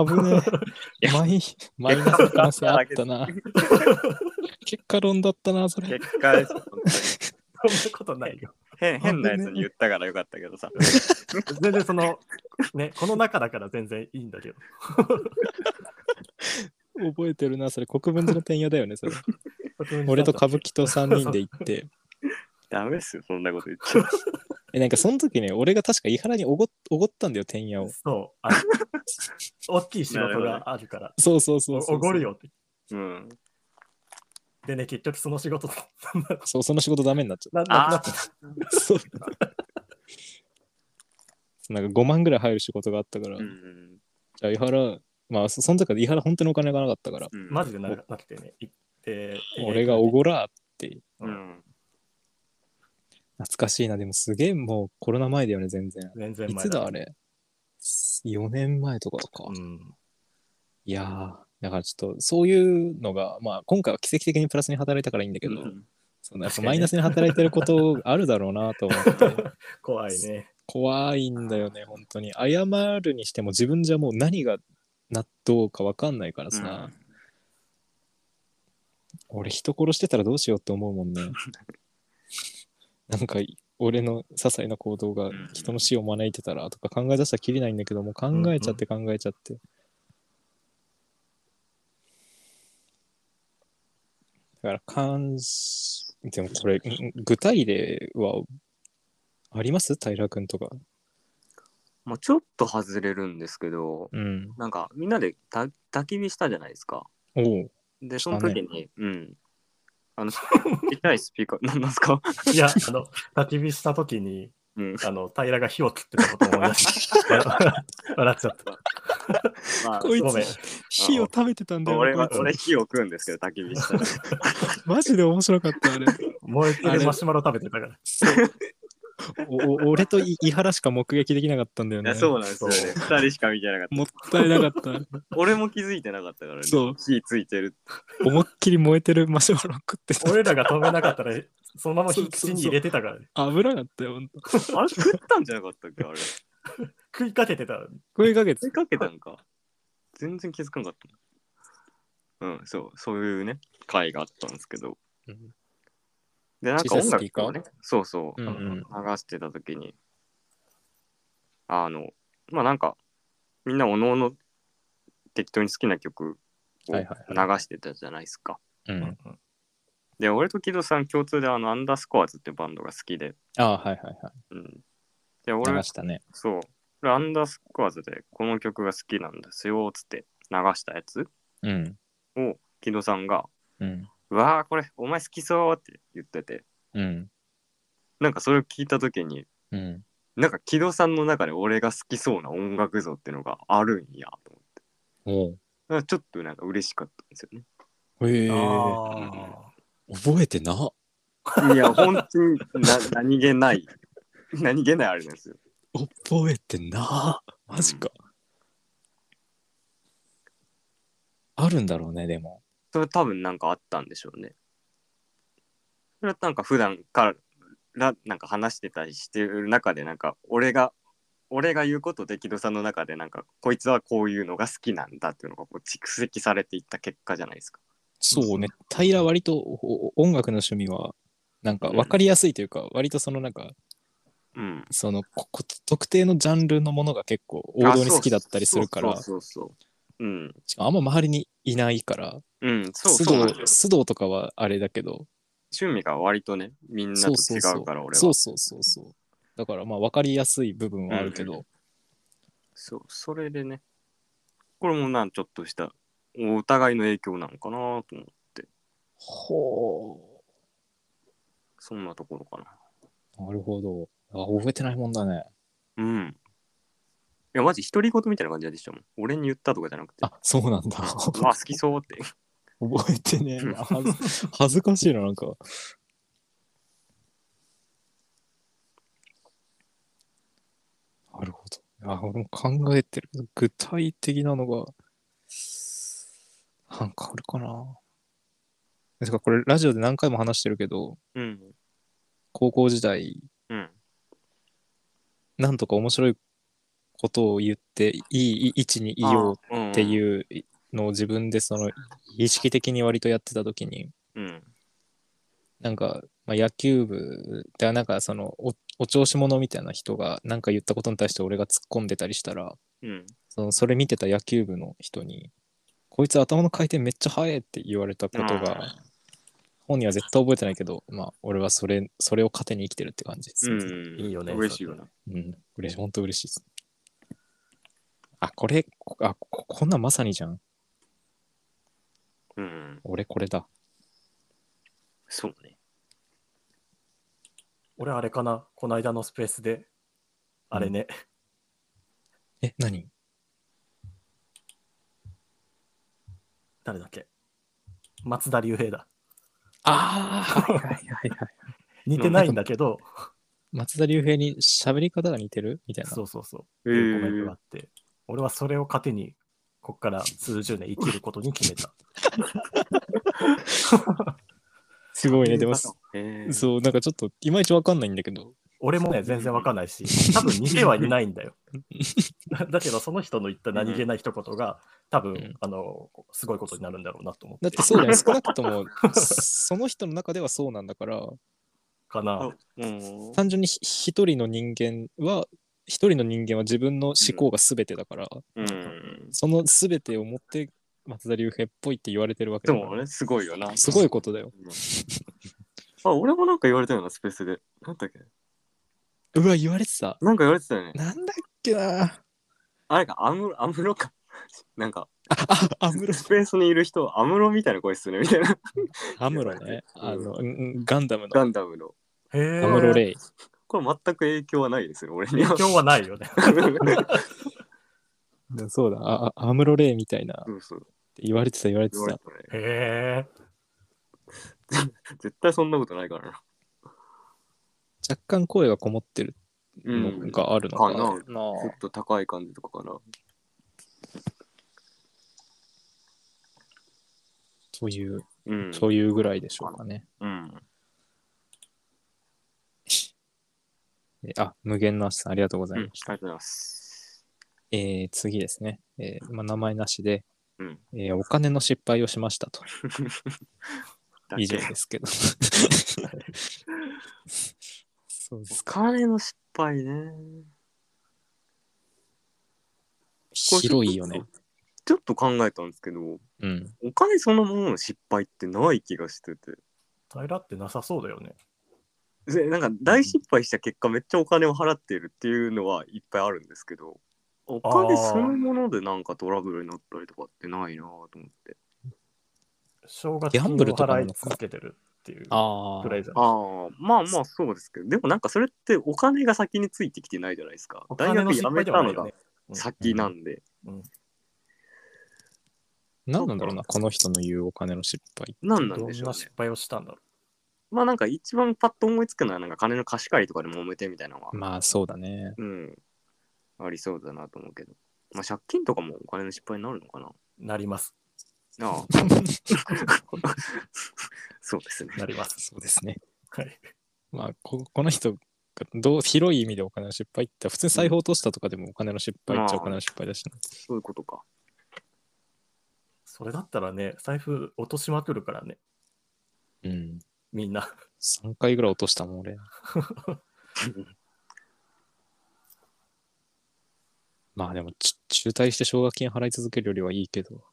危ねえ。マイマイナスの可能性あったな。結果論だったな、それ。 結果です、本当に。 そんなことないよ。 変, 変なやつに言ったからよかったけどさ。 全然その、ね、この中だから全然いいんだけど。 覚えてるな、それ国分寺の天屋だよね、それ。俺と歌舞伎とさんにんで行って。 ダメですよ、そんなこと言っちゃう。 え、なんかその時ね、俺が確か伊原におごおごったんだよ、天屋を。 そう。あ大きい仕事があるから。 そうそうそうそう。 おごるよって。 うん。 でね、結局その仕事そう、その仕事ダメになっちゃった。 なくなっちゃった。そう。 なんかごまんぐらい入る仕事があったから。うん、じゃあ伊原、まあその時から伊原本当にお金がなかったから。 うん、マジでなくてね、行って。 俺がおごらーって。うん。懐かしいな、でもすげえもうコロナ前だよね、全然。 全然前だ。いつだあれ ?よ 年前とかか。うん、いやー、だからちょっとそういうのが、まあ今回は奇跡的にプラスに働いたからいいんだけど、うん、そのやっぱマイナスに働いてることあるだろうなと思って。 怖いね。 怖いんだよね、本当に。謝るにしても自分じゃもう何が納豆か分かんないからさ。うん、俺人殺してたらどうしようって思うもんね。なんか俺の些細な行動が人の死を招いてたらとか考え出したらきりないんだけども、考えちゃって考えちゃって、だから監視でもこれ具体例はあります？平君とか。 まあ、ちょっと外れるんですけど、うん、なんかみんなでた焚き火したじゃないですか。 おうでその時に、ね、うんあの痛いスピーカーなんなんすか？ いやあの焚き火した時に、うん、あの平が火を切ってたことを思い出して笑っちゃった。 まあ、こいつ火を食べてたんだよ。 俺は俺火を食うんですけど焚き火したらマジで面白かったあれ。 燃えてるマシュマロ食べてたから。 お俺と伊原しか目撃できなかったんだよね。 いやそうなんですよね。ふたりしか見てなかった。 もったいなかった。 俺も気づいてなかったからね。 そう。 火ついてる。 思いっきり燃えてるマシュマロ食ってた。 俺らが止めなかったらそのまま火口に入れてたからね。 そうそうそう危なかったよ、ほんと。あれ食ったんじゃなかったっけあれ。 食いかけてた。 食いかけて食いかけたんか。全然気づかなかった。うん、そう、そういうね、回があったんですけど。うんで、なんか音楽をね、そうそう、うんうん、流してた時に、あの、まあなんか、みんなおのおの適当に好きな曲を流してたじゃないですか。はいはいはい、で、俺と木戸さん共通であの、アンダースコアズってバンドが好きで。 ああ、はいはいはい。 うん、で、俺、 流したね。 そう、俺アンダースコアズでこの曲が好きなんですよ、つって流したやつ、うん、を木戸さんが、うん、うわーこれお前好きそうって言ってて、うん、なんかそれを聞いた時に、うん、なんか木戸さんの中で俺が好きそうな音楽像っていうのがあるんやと思って、だからちょっとなんか嬉しかったんですよね。 へえー、うん、覚えてな。 いや本当にな何気ない何気ないあれなんですよ。 覚えてな。マジか、うん、あるんだろうね。でもそれ多分なんかあったんでしょうね。それはなんか普段からなんか話してたりしてる中でなんか俺が俺が言うことで木戸さんの中でなんかこいつはこういうのが好きなんだっていうのがこう蓄積されていった結果じゃないですか。 そうね。平割と音楽の趣味はなんか分かりやすいというか、うん、割とそのなんか、うん、その特定のジャンルのものが結構王道に好きだったりするから、 そうそうそうそう、うん、 しかもあんま周りにいないから、 うん、そう須藤須藤とかはあれだけど、 趣味が割とねみんなと違うから俺はそうそうそうそうだからまあ分かりやすい部分はあるけど、うんうん、 そうそれでねこれもなんちょっとしたお互いの影響なのかなと思って、 ほうそんなところかな。なるほど。あ、覚えてないもんだね。 うん。いやマジ独り言みたいな感じでしたもん。俺に言ったとかじゃなくて。 あ、そうなんだ。 まあ好きそうって覚えてねえな。恥ずかしいな、なんか。なるほど。あ、俺も考えてる。具体的なのが、 なんかあるかな。てかこれラジオで何回も話してるけど、うん、高校時代、うん、なんとか面白いことを言っていい位置にいようっていうのを自分でその意識的に割とやってた時に、うん、なんか、まあ、野球部ではなんかその お, お調子者みたいな人が何か言ったことに対して俺が突っ込んでたりしたら、うん、そのそれ見てた野球部の人にこいつ頭の回転めっちゃ速いって言われたことが、本人は絶対覚えてないけど、まあ俺はそれそれを糧に生きてるって感じです、ね。うん、 いいよね。 嬉しいよな。うん、嬉しい、本当嬉しいです。あ、これ、あ、こ, こんなんまさにじゃん。うん。俺これだ。 そうね。 俺あれかな、この間のスペースで、あれね。 うん、え、何？ 誰だっけ？松田龍平だ。 ああ、はいはいはいはい。 似てないんだけど、 松田龍平に喋り方が似てるみたいな。 そうそうそう。っていうコメントがあって、俺はそれを糧に、こっから数十年生きることに決めた。 すごいね、でも、そう、なんかちょっといまいちわかんないんだけど。 俺もね、全然わかんないし、多分似てはいないんだよ。だけど、その人の言った何気ない一言が、多分、うん、あの、すごいことになるんだろうなと思って。 だってそうだよね、少なくとも、その人の中ではそうなんだから、 かな。 単純に一人の人間は、一人の人間は自分の思考が全てだから、うんうん、その全てを持って松田龍平っぽいって言われてるわけだから。 でもね、すごいよな。 すごいことだよ。 うん、あ、俺もなんか言われたような、スペースで。なんだっけ？ うわ、言われてた。 なんか言われてたよね。 なんだっけな。 あれか、アムロ、アムロか。なんか、 あ、アムロ。 スペースにいる人、アムロみたいな声するね、みたいな。 アムロね。あの、うん、ガンダムの。 ガンダムの。 へー。アムロレイ。 これ全く影響はないですよ、俺には。影響はないよね。 そうだ、あ、アムロレイみたいな。そうそう。言われてた、言われてた。 へえ。 絶対そんなことないからな。 若干声がこもってるのがあるのかな。うん、かな。 ちょっと高い感じとかかな。 そういう、うん、そういうぐらいでしょうかね。うん。あ、無限の足さんありがとうございました。 うん、ありがとうございます。 えー、次ですね。えーまあ、名前なしで、うんえー、お金の失敗をしましたと。以上ですけど。そうですか。 お金の失敗ね。 広いよね。 ちょっと考えたんですけど、うん、お金そのものの失敗ってない気がしてて。 平らってなさそうだよね。 でなんか大失敗した結果めっちゃお金を払っているっていうのはいっぱいあるんですけど、お金そのものでなんかトラブルになったりとかってないなと思って。 正月金を払い続けてるっていうくらいじゃない。ああ、まあまあそうですけど、でもなんかそれってお金が先についてきてないじゃないですか。大学辞めたのが先なんで。うんうん、 何なんだろうな、この人の言うお金の失敗。 何なんでしょうね。どんな失敗をしたんだろう。 まあなんか一番パッと思いつくのはなんか金の貸し借りとかで揉めてみたいなのは。 まあそうだね。 うん。ありそうだなと思うけど。まあ借金とかもお金の失敗になるのかな。 なります。 ああ。そうですね。 なります。 そうですね。 はい。 まあこ、この人がどう広い意味でお金の失敗って普通に財布落としたとかでもお金の失敗っちゃお金の失敗だし、ねまあ、そういうことか。 それだったらね、財布落としまくるからね。 うん。 みんな。 さんかいぐらい落としたもん、俺。まあでも、中退して奨学金払い続けるよりはいいけど。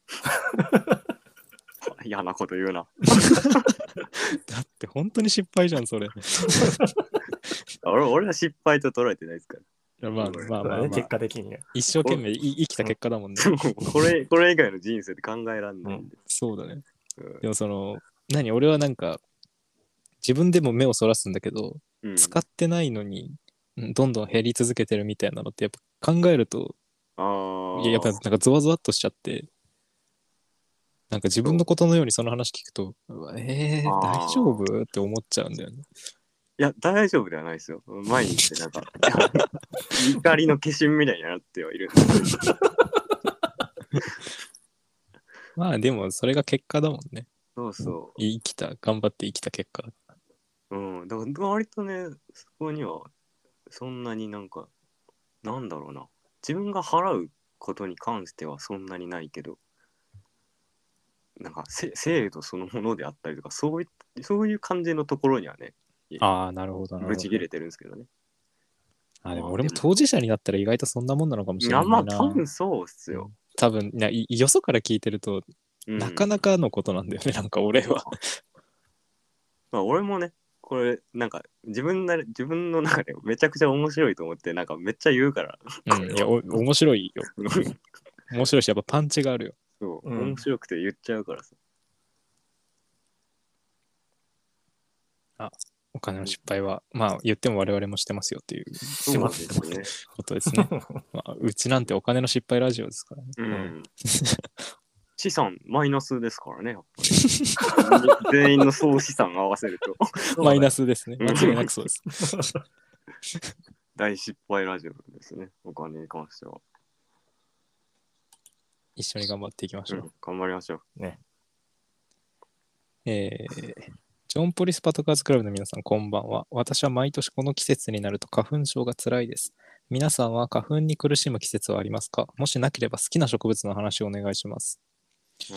嫌なこと言うな。 だって本当に失敗じゃん、それ。 俺, 俺は失敗と捉えてないですから。 いやまあまあまあ、まあ、 結果的に一生懸命生きた結果だもんね。 これ、これ以外の人生って考えらんないんで、うん、 そうだね、うん、でもその何俺はなんか自分でも目をそらすんだけど、うん、使ってないのにどんどん減り続けてるみたいなのってやっぱ考えるとあいややっぱなんかゾワゾワっとしちゃって、なんか自分のことのようにその話聞くとえー、大丈夫って思っちゃうんだよね。 いや、大丈夫ではないですよ。毎日なんか、怒りの化身みたいになってはいるんですまあでもそれが結果だもんね。 そうそう。 生きた、頑張って生きた結果。 うん、だから割とね、そこにはそんなになんか、なんだろうな。自分が払うことに関してはそんなにないけど、なんかせ制度そのものであったりとか、そういそういう感じのところにはね、 ああ、なるほどなるほど。 ぶち切れてるんですけどね。 あでも俺も当事者になったら意外とそんなもんなのかもしれないな。 いや、まあ多分そうっすよ。 多分いやよそから聞いてると、うん、なかなかのことなんだよね、なんか俺は。 まあ俺もね、これなんか自分な自分の中でめちゃくちゃ面白いと思ってなんかめっちゃ言うから。 うん、いやお面白いよ。面白いしやっぱパンチがあるよ。 そう、うん、面白くて言っちゃうからさ。 あ、お金の失敗は、うん、まあ言っても我々もしてますよっていう、 そうですね、 ことですね。まあ、うちなんてお金の失敗ラジオですからね。 うん、資産マイナスですからね、やっぱり。全員の総資産合わせると。 マイナスですね。間違いなくそうです。 大失敗ラジオですね、お金に関しては。 一緒に頑張っていきましょう。うん、 頑張りましょう。ね。 えー、ジョンポリスパトカーズクラブの皆さん、こんばんは。私は毎年この季節になると花粉症がつらいです。皆さんは花粉に苦しむ季節はありますか？もしなければ好きな植物の話をお願いします。うん、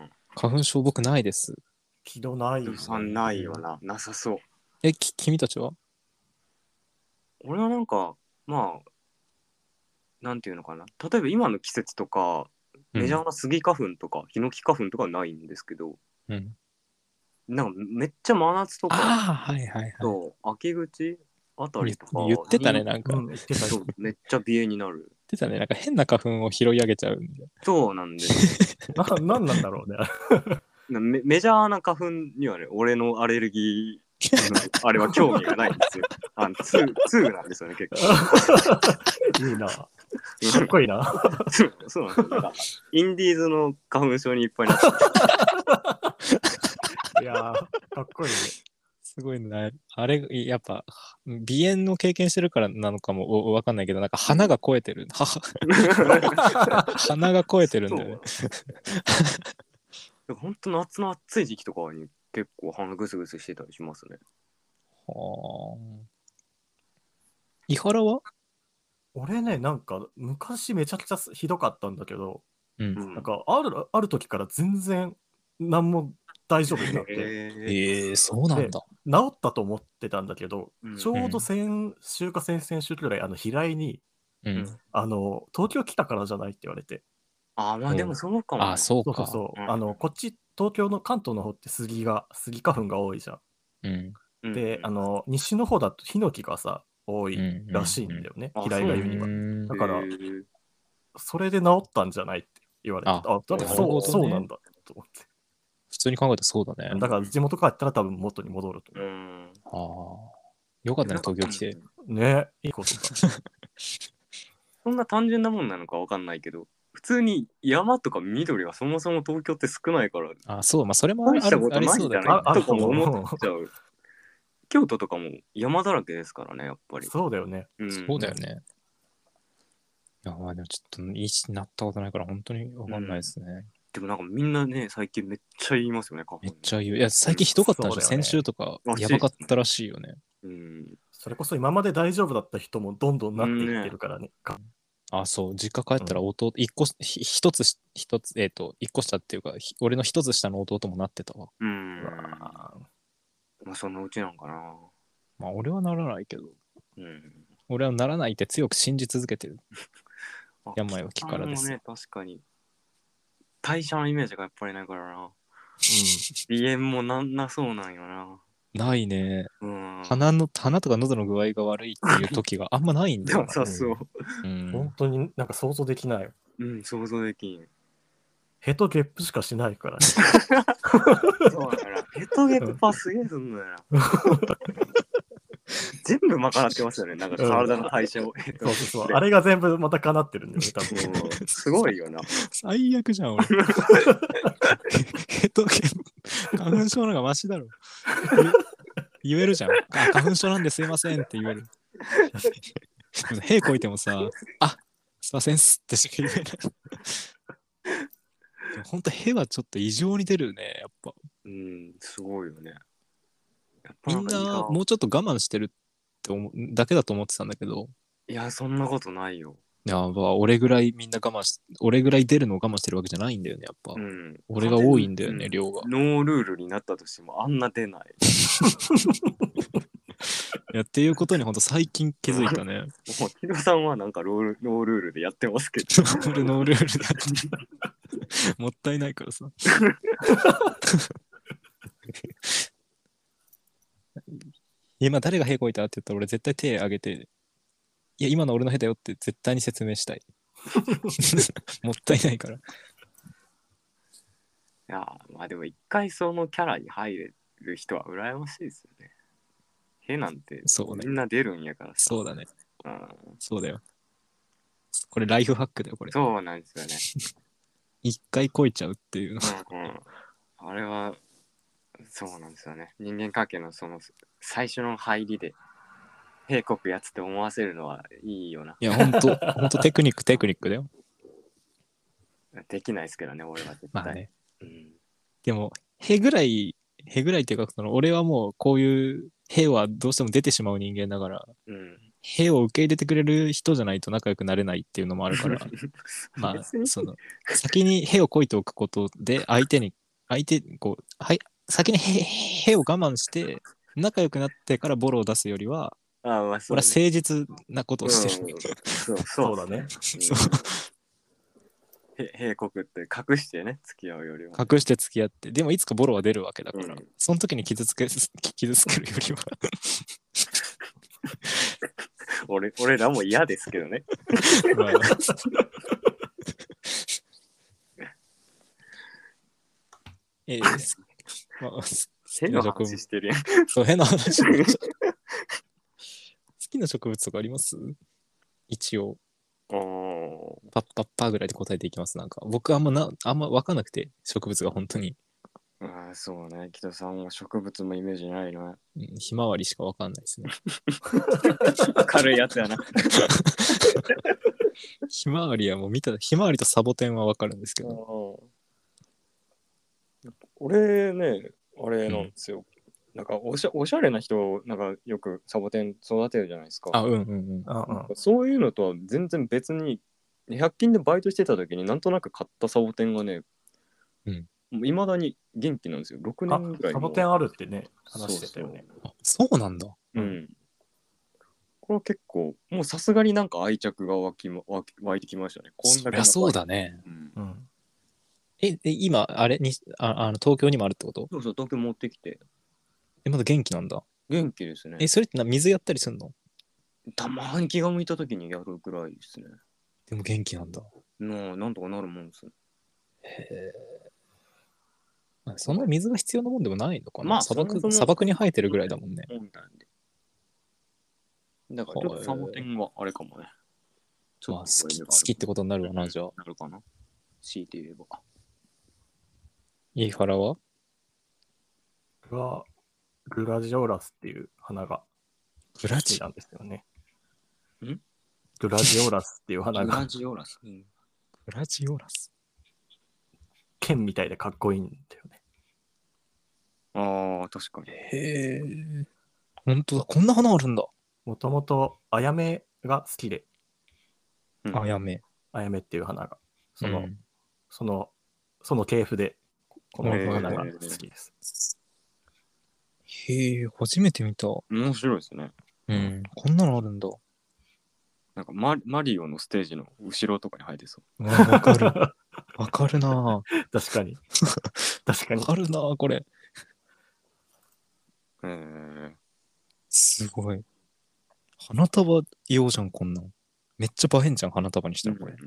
花粉症僕ないです。 気度ないよ、ね。ないよな。なさそう。 え、き君たちは？ 俺はなんか、まあ、なんていうのかな。例えば今の季節とか、メジャーなスギ花粉とか、うん、ヒノキ花粉とかはないんですけど、うん、なんかめっちゃ真夏とか、 はいはいはい、 と秋口あたりとか言ってたね、なんか、うん、 言ってためっちゃ鼻炎になる。 言ってたね、なんか変な花粉を拾い上げちゃうんで。 そうなんですな。なんなんだろうねメ。メジャーな花粉にはね、俺のアレルギーあれは興味がないんですよ。あのツー、ツーなんですよね、結構。 いいな。かっこいいな。 そう、そうなんですよ。なんかインディーズの花粉症にいっぱいなっていやー、かっこいいね。 すごいね。あれ、やっぱ、鼻炎の経験してるからなのかもわかんないけど、なんか鼻が肥えてる。鼻が肥えてるんだよね。 本当夏の暑い時期とかに結構鼻ぐすぐすしてたりしますね。 はあ。伊原は？ 俺ね、なんか昔めちゃくちゃひどかったんだけど、 うん、 なんかあるある時から全然何も大丈夫になって。 えー、そうなんだ。 治ったと思ってたんだけど、うん、ちょうど先週か先々週くらい、あの平井に、うん、あの東京来たからじゃないって言われて。 あ、まあでもそうかも、ね。 あ、そうか。 そうそう、うん、あのこっち東京の関東の方って杉が杉花粉が多いじゃん。うん、で、あの西の方だとヒノキがさ多いらしいんだよね、うんうんうん、平井が言うには。だからそれで治ったんじゃないって言われて、あ、あだからそう、ね、そうなんだと思って。 普通に考えたらそうだね。 だから地元帰ったら多分元に戻ると思う。 うん、ああ。よかったね、東京来て。 ね、いいことだ。 そんな単純なもんなのかわかんないけど、普通に山とか緑はそもそも東京って少ないから。 あ、そう、まあそれもある。 大したことないんじゃないとかも思っちゃう。京都とかも山だらけですからね、やっぱり。 そうだよね。 うん、そうだよね。いや、まあでもちょっと医師になったことないから本当にわかんないですね。うん、 でもなんかみんなね、最近めっちゃ言いますよね、 めっちゃ言う。いや、最近ひどかったんでしょ、ね、先週とかやばかったらしいよね。 うん。それこそ今まで大丈夫だった人もどんどんなっていってるからね。ね、 あ、そう、実家帰ったら弟、一個、一つ、一つ、えっと、一個下っていうか、俺の一つ下の弟もなってたわ。うん。 まあそのうちなんかな。 まあ俺はならないけど。うん。俺はならないって強く信じ続けてる。病は気からです。 ね、確かに。代謝のイメージがやっぱりないからな。うん。鼻炎もなんなそうなんよな。 ないね。うん。鼻の、鼻とか喉の具合が悪いっていう時があんまないんだよ。 そうそう。 うん。本当になんか想像できない。 うん、想像できん。 ヘとゲップしかしないからね。 そうだから、ヘとゲップパすげえすんのよな。全部賄ってますよね、なんか体の代謝を。 そうそうそう。あれが全部またかなってるんだよね、多分。 すごいよな。 最悪じゃん、俺。ヘとゲップ、花粉症の方がマシだろ。言えるじゃん。あ、花粉症なんですいませんって言える。屁こいてもさ、あ、すいませんっすってしか言えない。 ほんとへはちょっと異常に出るね、やっぱ。 うん、すごいよね。やっぱみんなもうちょっと我慢してるって思うだけだと思ってたんだけど、 いや、そんなことないよ。 いや、まあ、俺ぐらいみんな我慢し、俺ぐらい出るのを我慢してるわけじゃないんだよね、やっぱ。 うん。 俺が多いんだよね、 うん量が。 ノールールになったとしてもあんな出ない。 いや、っていうことにほんと最近気づいたね。 もう、ヒロさんはなんかロールノールールでやってますけど。 俺ノールールでやってもったいないからさ。今誰がへこいたって言ったら俺絶対手挙げて、いや今の俺のへだよって絶対に説明したい。もったいないから。いや、まあでも一回そのキャラに入れる人は羨ましいですよね。へなんてみんな出るんやからさ。 そうだね。 うん、 そうだよ。これライフハックだよ、これ。 そうなんですよね。 一回こいちゃうっていうの。 うんうん、あれは、そうなんですよね。人間関係のその最初の入りで、へこくやつって思わせるのはいいよな。 いや、ほんと、ほんとテクニック、テクニックだよ。 できないですけどね、俺は絶対。 まあね。 うん、 でも、へぐらい、へぐらいっていうか、その俺はもうこういうへはどうしても出てしまう人間だから、うん、へを受け入れてくれる人じゃないと仲良くなれないっていうのもあるから、まあ、その、先にへをこいておくことで、相手に、相手、こう、はい、先にへ、へを我慢して、仲良くなってからボロを出すよりは、ああまあそうね、俺は誠実なことをしてる。うん、 そうそうだね。そうへこくって隠してね付き合うよりは、ね、 隠して付き合ってでもいつかボロは出るわけだから、うん、その時に傷つけ傷つけるよりは俺俺らも嫌ですけどね。まあえー、まあ、 変な話してるやん。 そう変な話。好きな植物とかあります？一応。パッパッパーぐらいで答えていきます。なんか僕あんまなあんま分かんなくて植物が本当に。 ああそうね。北さんは植物もイメージないな。 うん、ひまわりしか分かんないですね。 軽いやつやな。 ひまわりはもう見たひまわりとサボテンは分かるんですけど。 俺ねあれなんですよ。うん、なんかおしゃおしゃれな人なんかよくサボテン育てるじゃないですか。 あうんうんうん。ああそういうのとは全然別にひゃく均でバイトしてた時になんとなく買ったサボテンがね、うん、いまだに元気なんですよ。ろくねんぐらい。 サボテンあるってね話してたよね。 そうそう、そうなんだ。 うん。うん、これは結構もうさすがになんか愛着が湧き湧き湧いてきましたね。 こんだけ。そりゃそうだね。うん。うん、ええ今あれにああの東京にもあるってこと？ そうそう東京持ってきて。 えまだ元気なんだ。 元気ですね。 えそれってな水やったりするの？ たまに気が向いた時にやるぐらいですね。 でも元気なんだ。 なあ、なんとかなるもんです。へえ。そんな水が必要なもんでもないのかな、まあ、砂漠、砂漠に生えてるぐらいだもんね。 だからちょっとサボテンはあれかもね。 まあ、好き、好きってことになるわな、じゃあ。 なるかな。強いて言えば。 イーファラは？ はグラジオラスっていう花がグラジなんですよね。 んグラジオラスっていう花が。 グラジオラス、うん、 グラジオラス。 剣みたいでかっこいいんだよね。 ああ、確かに。 へえ。ほんとだ、こんな花あるんだ。 もともとあやめが好きで。 あやめ。 あやめっていう花が。その、うん、その、その系譜で、この花が好きです。 へえ、初めて見た。 面白いですね。 うん、こんなのあるんだ。 なんかマ、マリオのステージの後ろとかに生えてそう。 わかる。わかるな確かに。確かに。 わかるなこれ。 へえ。 すごい。花束用じゃん、こんなん。めっちゃ映えんじゃん、花束にしたらこれ。うん、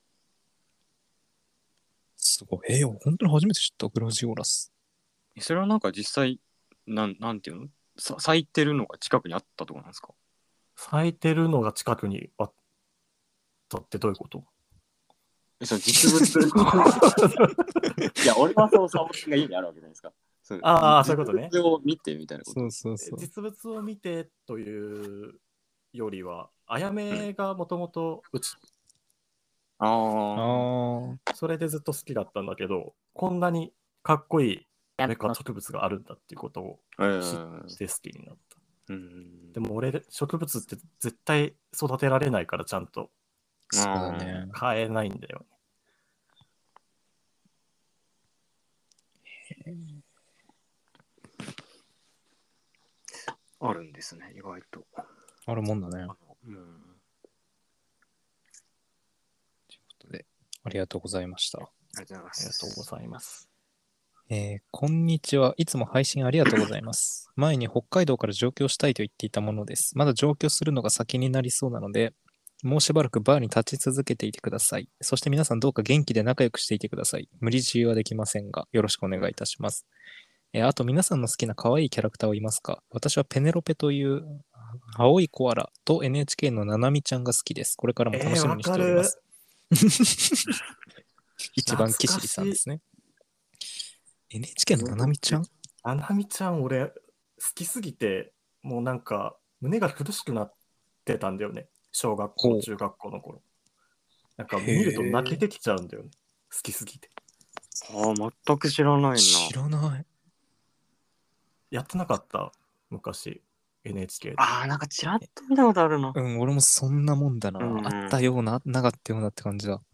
すごい。えー、本当に初めて知った、グラジオラス。 それはなんか実際、なん、なんていうのさ咲いてるのが近くにあったとかなんですか？ 咲いてるのが近くにあったってどういうこと？ え、その実物いや、俺はそうサボテンが家にあるわけじゃないですか。 そうああ、そういうことね。 実物を見てみたいなこと。 そうそうそう。 実物を見てというよりは、あやめがもともとうち、 うん、ああ。 それでずっと好きだったんだけど、こんなにかっこいいメカ植物があるんだっていうことを知って好きになった。うん、でも俺、植物って絶対育てられないからちゃんと。 そうだね。 買えないんだよね。 あるんですね、意外と。 あるもんだね。うん。ということで、ありがとうございました。ありがとうございます。 ありがとうございます。 えー、こんにちは。いつも配信ありがとうございます。前に北海道から上京したいと言っていたものです。まだ上京するのが先になりそうなので、もうしばらくバーに立ち続けていてください。そして皆さんどうか元気で仲良くしていてください。無理強いはできませんが、よろしくお願いいたします。えー、あと皆さんの好きな可愛いキャラクターはいますか？私はペネロペという青いコアラと エヌエイチケー のナナミちゃんが好きです。これからも楽しみにしております。えー、一番キシリさんですね。エヌエイチケー のナナミちゃん？ ナナミちゃん俺好きすぎてもうなんか胸が苦しくなってたんだよね。小学校中学校の頃なんか見ると泣けてきちゃうんだよね。好きすぎて。 ああ、全く知らないな。 知らない。 やってなかった昔 エヌエイチケー で。 ああ、なんかちらっと見たことあるな。 うん、俺もそんなもんだな。うん、あったような、なかったようなって感じだ。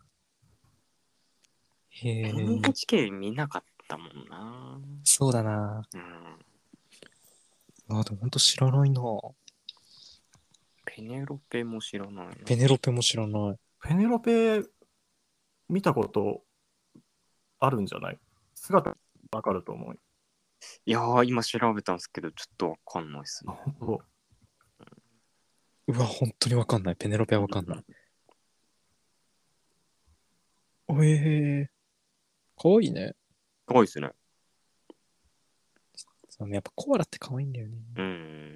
へえ。エヌエイチケー 見なかったもんな。 そうだな。うん。あ、でもほんと知らないな。 ペネロペも知らないな。 ペネロペも知らない。 ペネロペ見たことあるんじゃない？姿わかると思う。 いやー、今調べたんですけど、ちょっとわかんないっすね。 ううわ、本当にわかんない。ペネロペはわかんない。おえー、かわいいね。 かわいいっすね。 やっぱコアラってかわいいんだよね。 うん。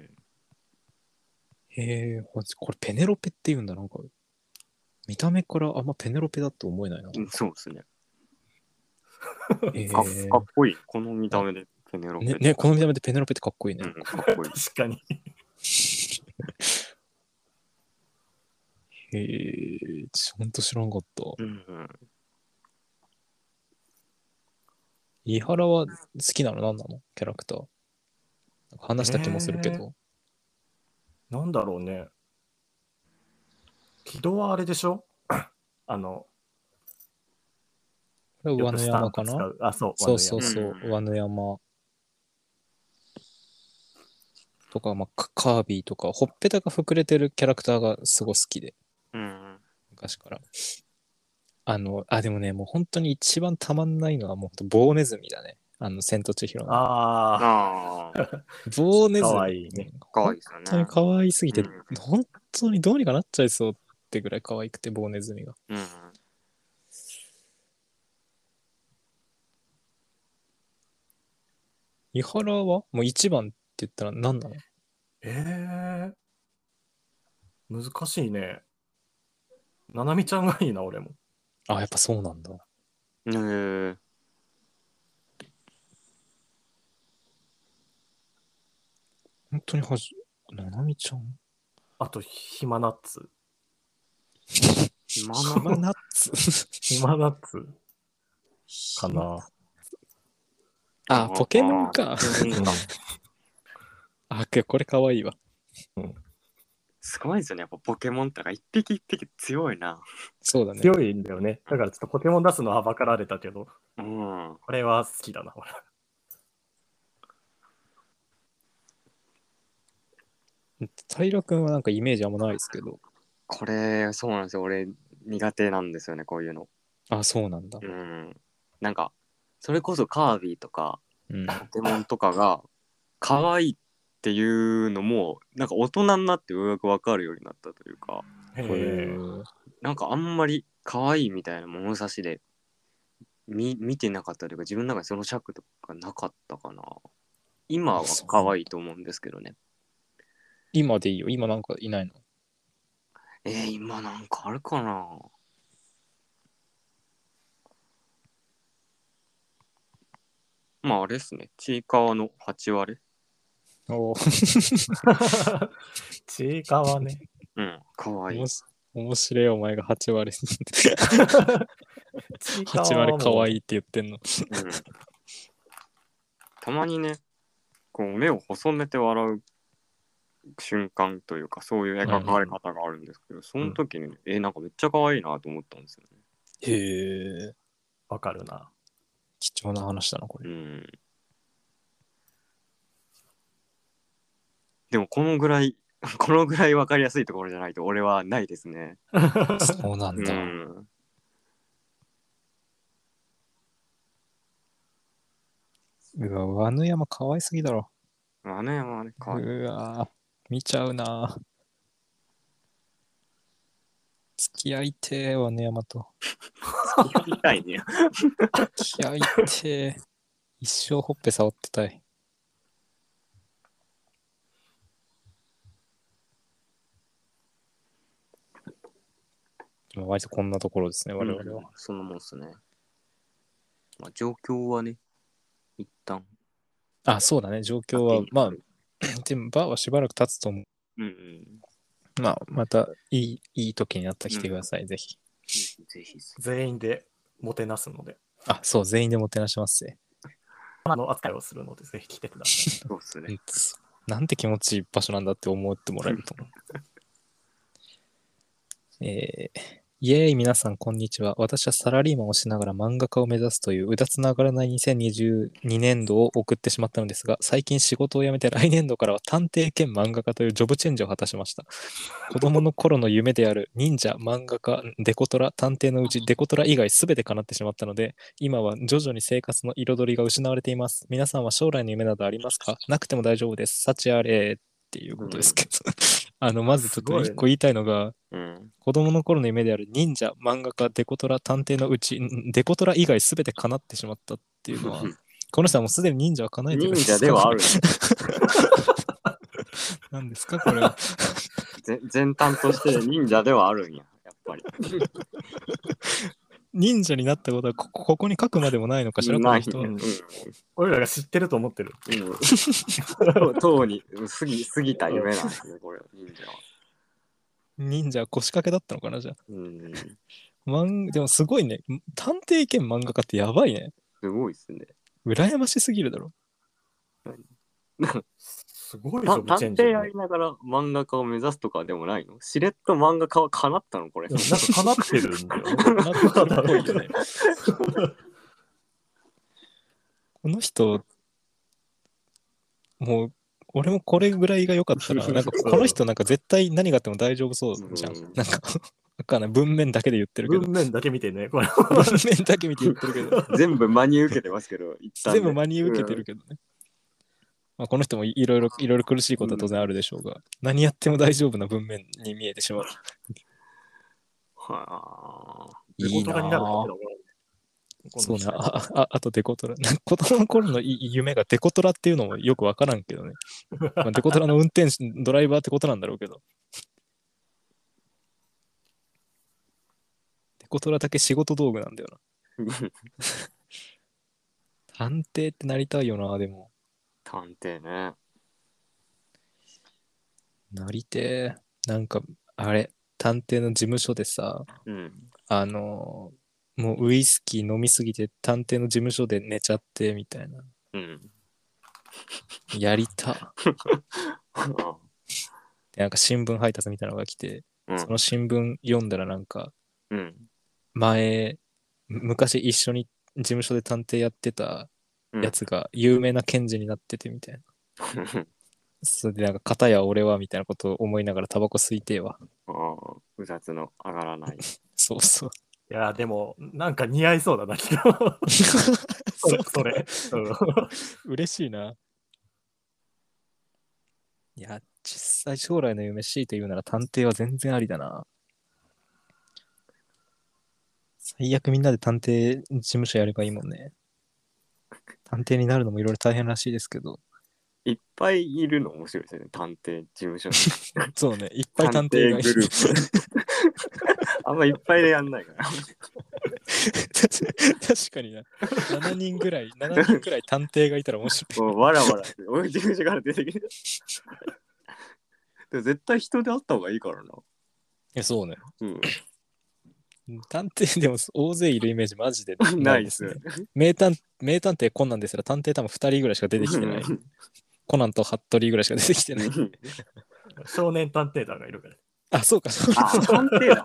へえ、これペネロペって言うんだ。なんか、見た目からあんまペネロペだと思えないな。 うん、そうですね。 えー、 か, かっこいい。この見た目でペネロペ。 ね、ね、この見た目でペネロペってかっこいいね。 うん、かっこいい。 確かに。 へえ、ほんと知らんかった。うんうん。伊原は好きなの何なの？キャラクター。話した気もするけど。 えー、なんだろうね。木戸はあれでしょあの、 これは上野山かな？ あ、そう、 そうそうそう、上野山。とか、まあ、カービィとか、ほっぺたが膨れてるキャラクターがすごい好きで。うん。昔から。あの、あ、でもね、もう本当に一番たまんないのは、もう棒ネズミだね。あの、千と千尋の。ああ。棒ネズミ。かわいいね。 かわいいですよね。 本当にかわいすぎて、うん、本当にどうにかなっちゃいそうってぐらい可愛くて、棒ネズミが。うん。伊原はもう一番って言ったら何なの？ えー、難しいね。ななみちゃんがいいな、俺も。 あ、やっぱそうなんだ。へえー。本当にはじ、ななみちゃん？ あと、ひまナッツ。 ひまナッツひまナッツかな。 あ、ポケモンか。あ、これかわいいわ。うん。 すごいですよね。やっぱポケモンって一匹一匹強いな。 そうだね。 強いんだよね。だからちょっとポケモン出すのはばかられたけど、 うん、 これは好きだな、ほら。 平くんはなんかイメージあんまないですけど。 これ、そうなんですよ。俺、苦手なんですよね、こういうの。 あ、そうなんだ。 うん。なんか、それこそカービィとか、うん、ポケモンとかが、可愛いっていうのも、なんか大人になってようやく分かるようになったというか、へなんかあんまり可愛いみたいな物差しで見、見てなかったというか、自分の中にその尺とかなかったかな。今は可愛いと思うんですけどね。 今でいいよ。今なんかいないの？ えー、今なんかあるかな。まああれですね。ちいかわのはち割れ。 おお。 ちいかわね。 うん、かわいい。 面白いお前がはち割れ。 はち割可愛いって言ってんの、うん、 たまにねこう目を細めて笑う瞬間というかそういう描かれ方があるんですけど、うん、その時に、ね、うん、えなんかめっちゃ可愛いなと思ったんですよね。 へえ、 わかるな。 貴重な話だなこれ、 うん、でもこのぐらいこのぐらい分かりやすいところじゃないと俺はないですね。 そうなんだ、うん、うわ和野山可愛すぎだろ。 和野山はね可愛い。 うわ見ちゃうな。付き合いてー和野山と。 付き合いたいね。 付き合いてー。一生ほっぺ触ってたい。割とこんなところですね、我々は。 うん、そんなもんですね。まあ、状況はね、一旦。 あ、そうだね、状況は、まあ、でも、バーはしばらく経つと思う。うんうん、まあ、またいい、いい時になったら来てください、うん、ぜひ。 ぜひ。 全員でもてなすので。 あ、そう、全員でもてなしますね。 あの扱いをするので、ぜひ来てください。 そうっすね。 なんて気持ちいい場所なんだって思ってもらえると思う。えー、イエーイ皆さんこんにちは。私はサラリーマンをしながら漫画家を目指すといううだつながらないにせんにじゅうにねんどを送ってしまったのですが、最近仕事を辞めて来年度からは探偵兼漫画家というジョブチェンジを果たしました。子供の頃の夢である忍者、漫画家、デコトラ、探偵のうちデコトラ以外全て叶ってしまったので、今は徐々に生活の彩りが失われています。皆さんは将来の夢などありますか？なくても大丈夫です。幸あれっていうことですけど、うん、あのまずちょっと一個言いたいのが、うん、子供の頃の夢である忍者、漫画家、デコトラ、探偵のうちデコトラ以外全て叶ってしまったっていうのはこの人はもうすでに忍者は叶えてるんですか？ 忍者ではある何ですかこれは。 前端として忍者ではあるんややっぱり。 忍者になったことはこ こ, ここに書くまでもないのかしら、この人は、うん、 俺らが知ってると思ってる。 うん、とうに過ぎ過ぎた夢なんですね、これ忍者は。 忍者は腰掛けだったのかな、じゃあ。うん、マンでもすごいね。探偵兼漫画家ってやばいね。 すごいっすね。 羨ましすぎるだろ。 すごいぞ、探偵やりながら漫画家を目指すとかでもないの？しれっと漫画家は叶ったのこれ。 なんか叶ってるんだよね。叶ったっぽいよね。この人、もう、俺もこれぐらいが良かったら、なんかこの人なんか絶対何があっても大丈夫そうじゃん。うん、なんか、わかんない。文面だけで言ってるけど。 文面だけ見てね、これ。 文面だけ見て言ってるけど。 全部真に受けてますけど、 一旦ね、全部真に受けてるけどね。うん、まあ、この人もいろいろいろいろ苦しいことは当然あるでしょうが、うん、何やっても大丈夫な文面に見えてしまう。 はあ。 いいなぁ。そうね。あ, あ, あとデコトラ。子供の頃の夢がデコトラっていうのもよくわからんけどね。まあ、デコトラの運転手、ドライバーってことなんだろうけど。デコトラだけ仕事道具なんだよな。探偵ってなりたいよな、でも。 探偵ね。 なりてー。なんか、あれ、探偵の事務所でさ、うん、あの、もうウイスキー飲みすぎて探偵の事務所で寝ちゃってみたいな。うん、やりた。で、なんか新聞配達みたいなのが来て、うん、その新聞読んだらなんか、うん、前、昔一緒に事務所で探偵やってたやつが有名な検事になっててみたいな。それでなんか片や俺はみたいなことを思いながらタバコ吸いてえわ。 ああ、うざつの上がらない。 そうそう。 いやでもなんか似合いそうだなけど。それそれ。 嬉しいな。いや実際将来の夢強いて言うなら探偵は全然ありだな。最悪みんなで探偵事務所やればいいもんね。探偵になるのもいろいろ大変らしいですけど。 いっぱいいるの面白いですよね、探偵事務所に。 そうね、いっぱい探偵がいる。 グループ。あんまいっぱいでやんないから。 確かにな。ななにんぐらい、ななにんぐらい探偵がいたら面白い。 もうわらわらって、俺事務所から出てきて。で絶対人であった方がいいからな。 え、そうね。 うん。 探偵でも大勢いるイメージマジでないですね。 名探名探偵コナンですら探偵多分ふたりぐらいしか出てきてない。コナンとハットリーぐらいしか出てきてない。 少年探偵団がいるから。 あ、そうか。 あ、探偵団。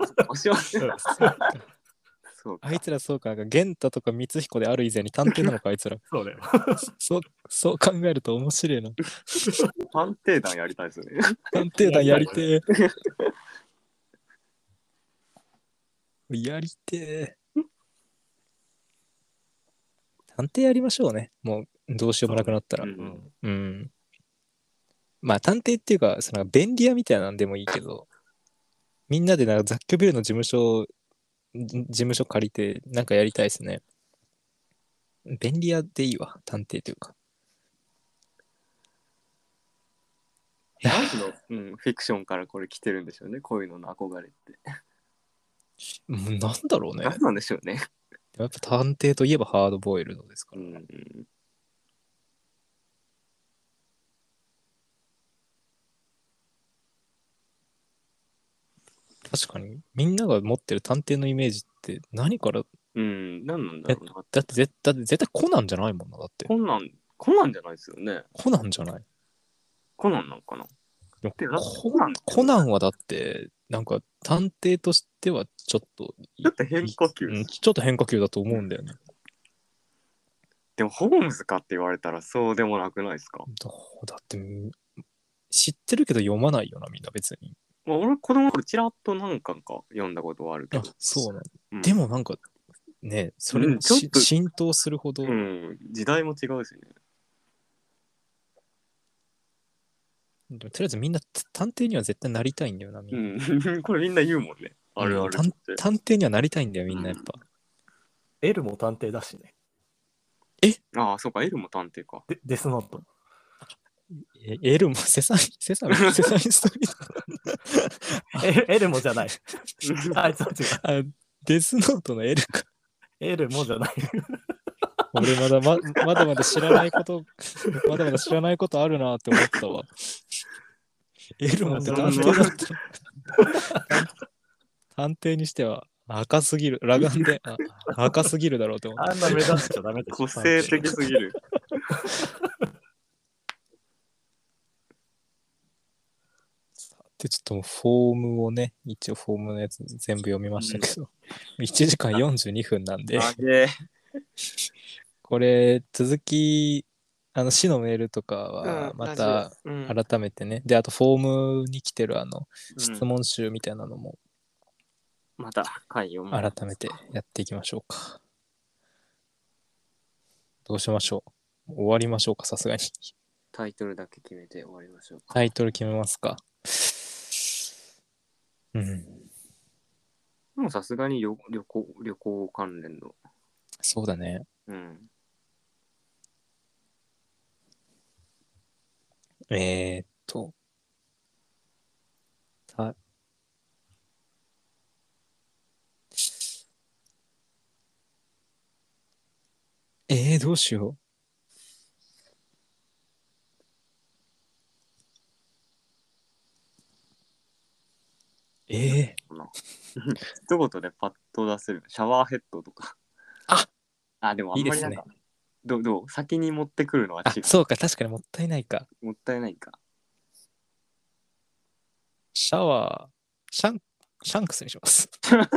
そうあいつらそうか、玄太とか光彦である以前に探偵なのか、あいつら。 そうだよ。 そう、そう考えると面白いな。 探偵団やりたいですよね。 探偵団やりてー。やりてー。探偵やりましょうね。もうどうしようもなくなったら。う、ねうん、うん。まあ探偵っていうか、その便利屋みたいなんでもいいけど、みんなでなんか雑居ビルの事務所、事務所借りてなんかやりたいですね。便利屋でいいわ、探偵というか。 何の、うん、フィクションからこれ来てるんでしょうね、こういうのの憧れって。 なんだろうね。 何なんでしょうね。 やっぱ探偵といえばハードボイルドですから。うん、確かにみんなが持ってる探偵のイメージって何から、 うん、何なんだろうな。 だって絶対絶対コナンじゃないもんな。だってコナンコナンじゃないですよね。 コナンじゃない。 コナンなんかな。 コナンコナンはだってなんか探偵としてはちょっとちょっと変化球、 うん、ちょっと変化球だと思うんだよね。 でもホームズかって言われたらそうでもなくないですか。 だって知ってるけど読まないよな、みんな別に。 まあ、俺子供の頃ちらっと何巻か読んだことはあるけど。 あ、そうなの、うん、でもなんかね、それ、うん、ちょっと浸透するほど、 うん、時代も違うしね。 とりあえずみんな探偵には絶対なりたいんだよな、みんな。 うん、これみんな言うもんね。あるある、うん、 探偵にはなりたいんだよ、みんなやっぱ。うん、 エルも探偵だしね。 えああ、そうか、エルも探偵か。 デ, デスノート。 え、エルもセサミ、セサミ、セサミストリート。エルもじゃない。あいつは違う。 あ、デスノートのエルか。 エルもじゃない。 俺まだままだまだ知らないこと、まだまだ知らないことあるなって思ったわ。エルもって探偵だった。探偵にしては赤すぎる。裸眼であ赤すぎるだろうと思った。 あんな目立っちゃダメで個性的すぎる。 でちょっとフォームをね、一応フォームのやつ全部読みましたけど、うん、いちじかんよんじゅうにふんなんで、これ続き、あの市のメールとかはまた改めてね、うん、であとフォームに来てるあの質問集みたいなのもまた改めてやっていきましょうか。どうしましょう。終わりましょうか、さすがに。 タイトルだけ決めて終わりましょうか。 タイトル決めますか。うん。 もうさすがに旅行旅行関連の。 そうだね。 うん。 えー、っと。た。えー、どうしよう。えー、 一言でパッと出せるシャワーヘッドとか。 ああ、でもあんまりなんかいいですね。どうどう先に持ってくるのは違う。 そうか、確かにもったいないか。 もったいないか。 シャワー、シャン、シャンクスにします。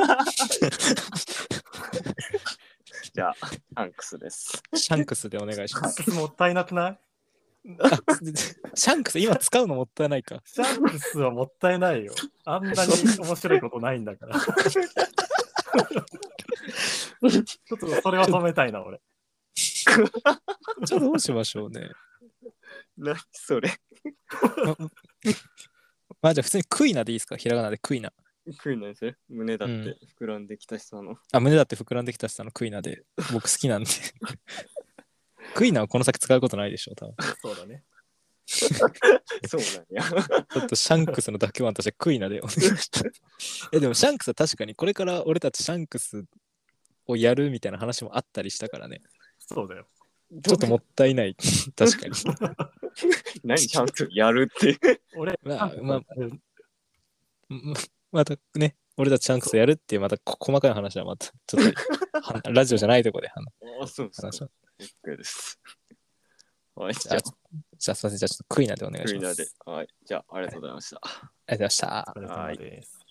じゃあ、シャンクスです。 シャンクスでお願いします。 もったいなくない？ シャンクス今使うのもったいないか。 シャンクスはもったいないよ。あんなに面白いことないんだから。ちょっとそれは止めたいな、俺。 じゃあどうしましょうね。 何それ。 ま、まあじゃあ普通にクイナでいいですか？ひらがなでクイナ。 クイナですね。胸だって膨らんできた人の、うん。 あ、胸だって膨らんできた人のクイナで。僕好きなんで。クイナはこの先使うことないでしょ、多分。 そうだね。 そうなんや。 ちょっとシャンクスの妥協案としてクイナでお願いします。え、でもシャンクスは確かにこれから俺たちシャンクスをやるみたいな話もあったりしたからね。 そうだよ。 ちょっともったいない。確かに。 何シャンクスやるって。 俺、 まあ、まあ、またね、 俺たちちゃんとやるっていうまた細かい話はまたちょっとラジオじゃないとこで話あ、そうです、ね。話を。OK です。 はい、じゃあ、じゃあすみません、じゃあちょっとクイナでお願いします。 クイナで。はい。じゃあ、ありがとうございました。 ありがとうございました。 お疲れ様です。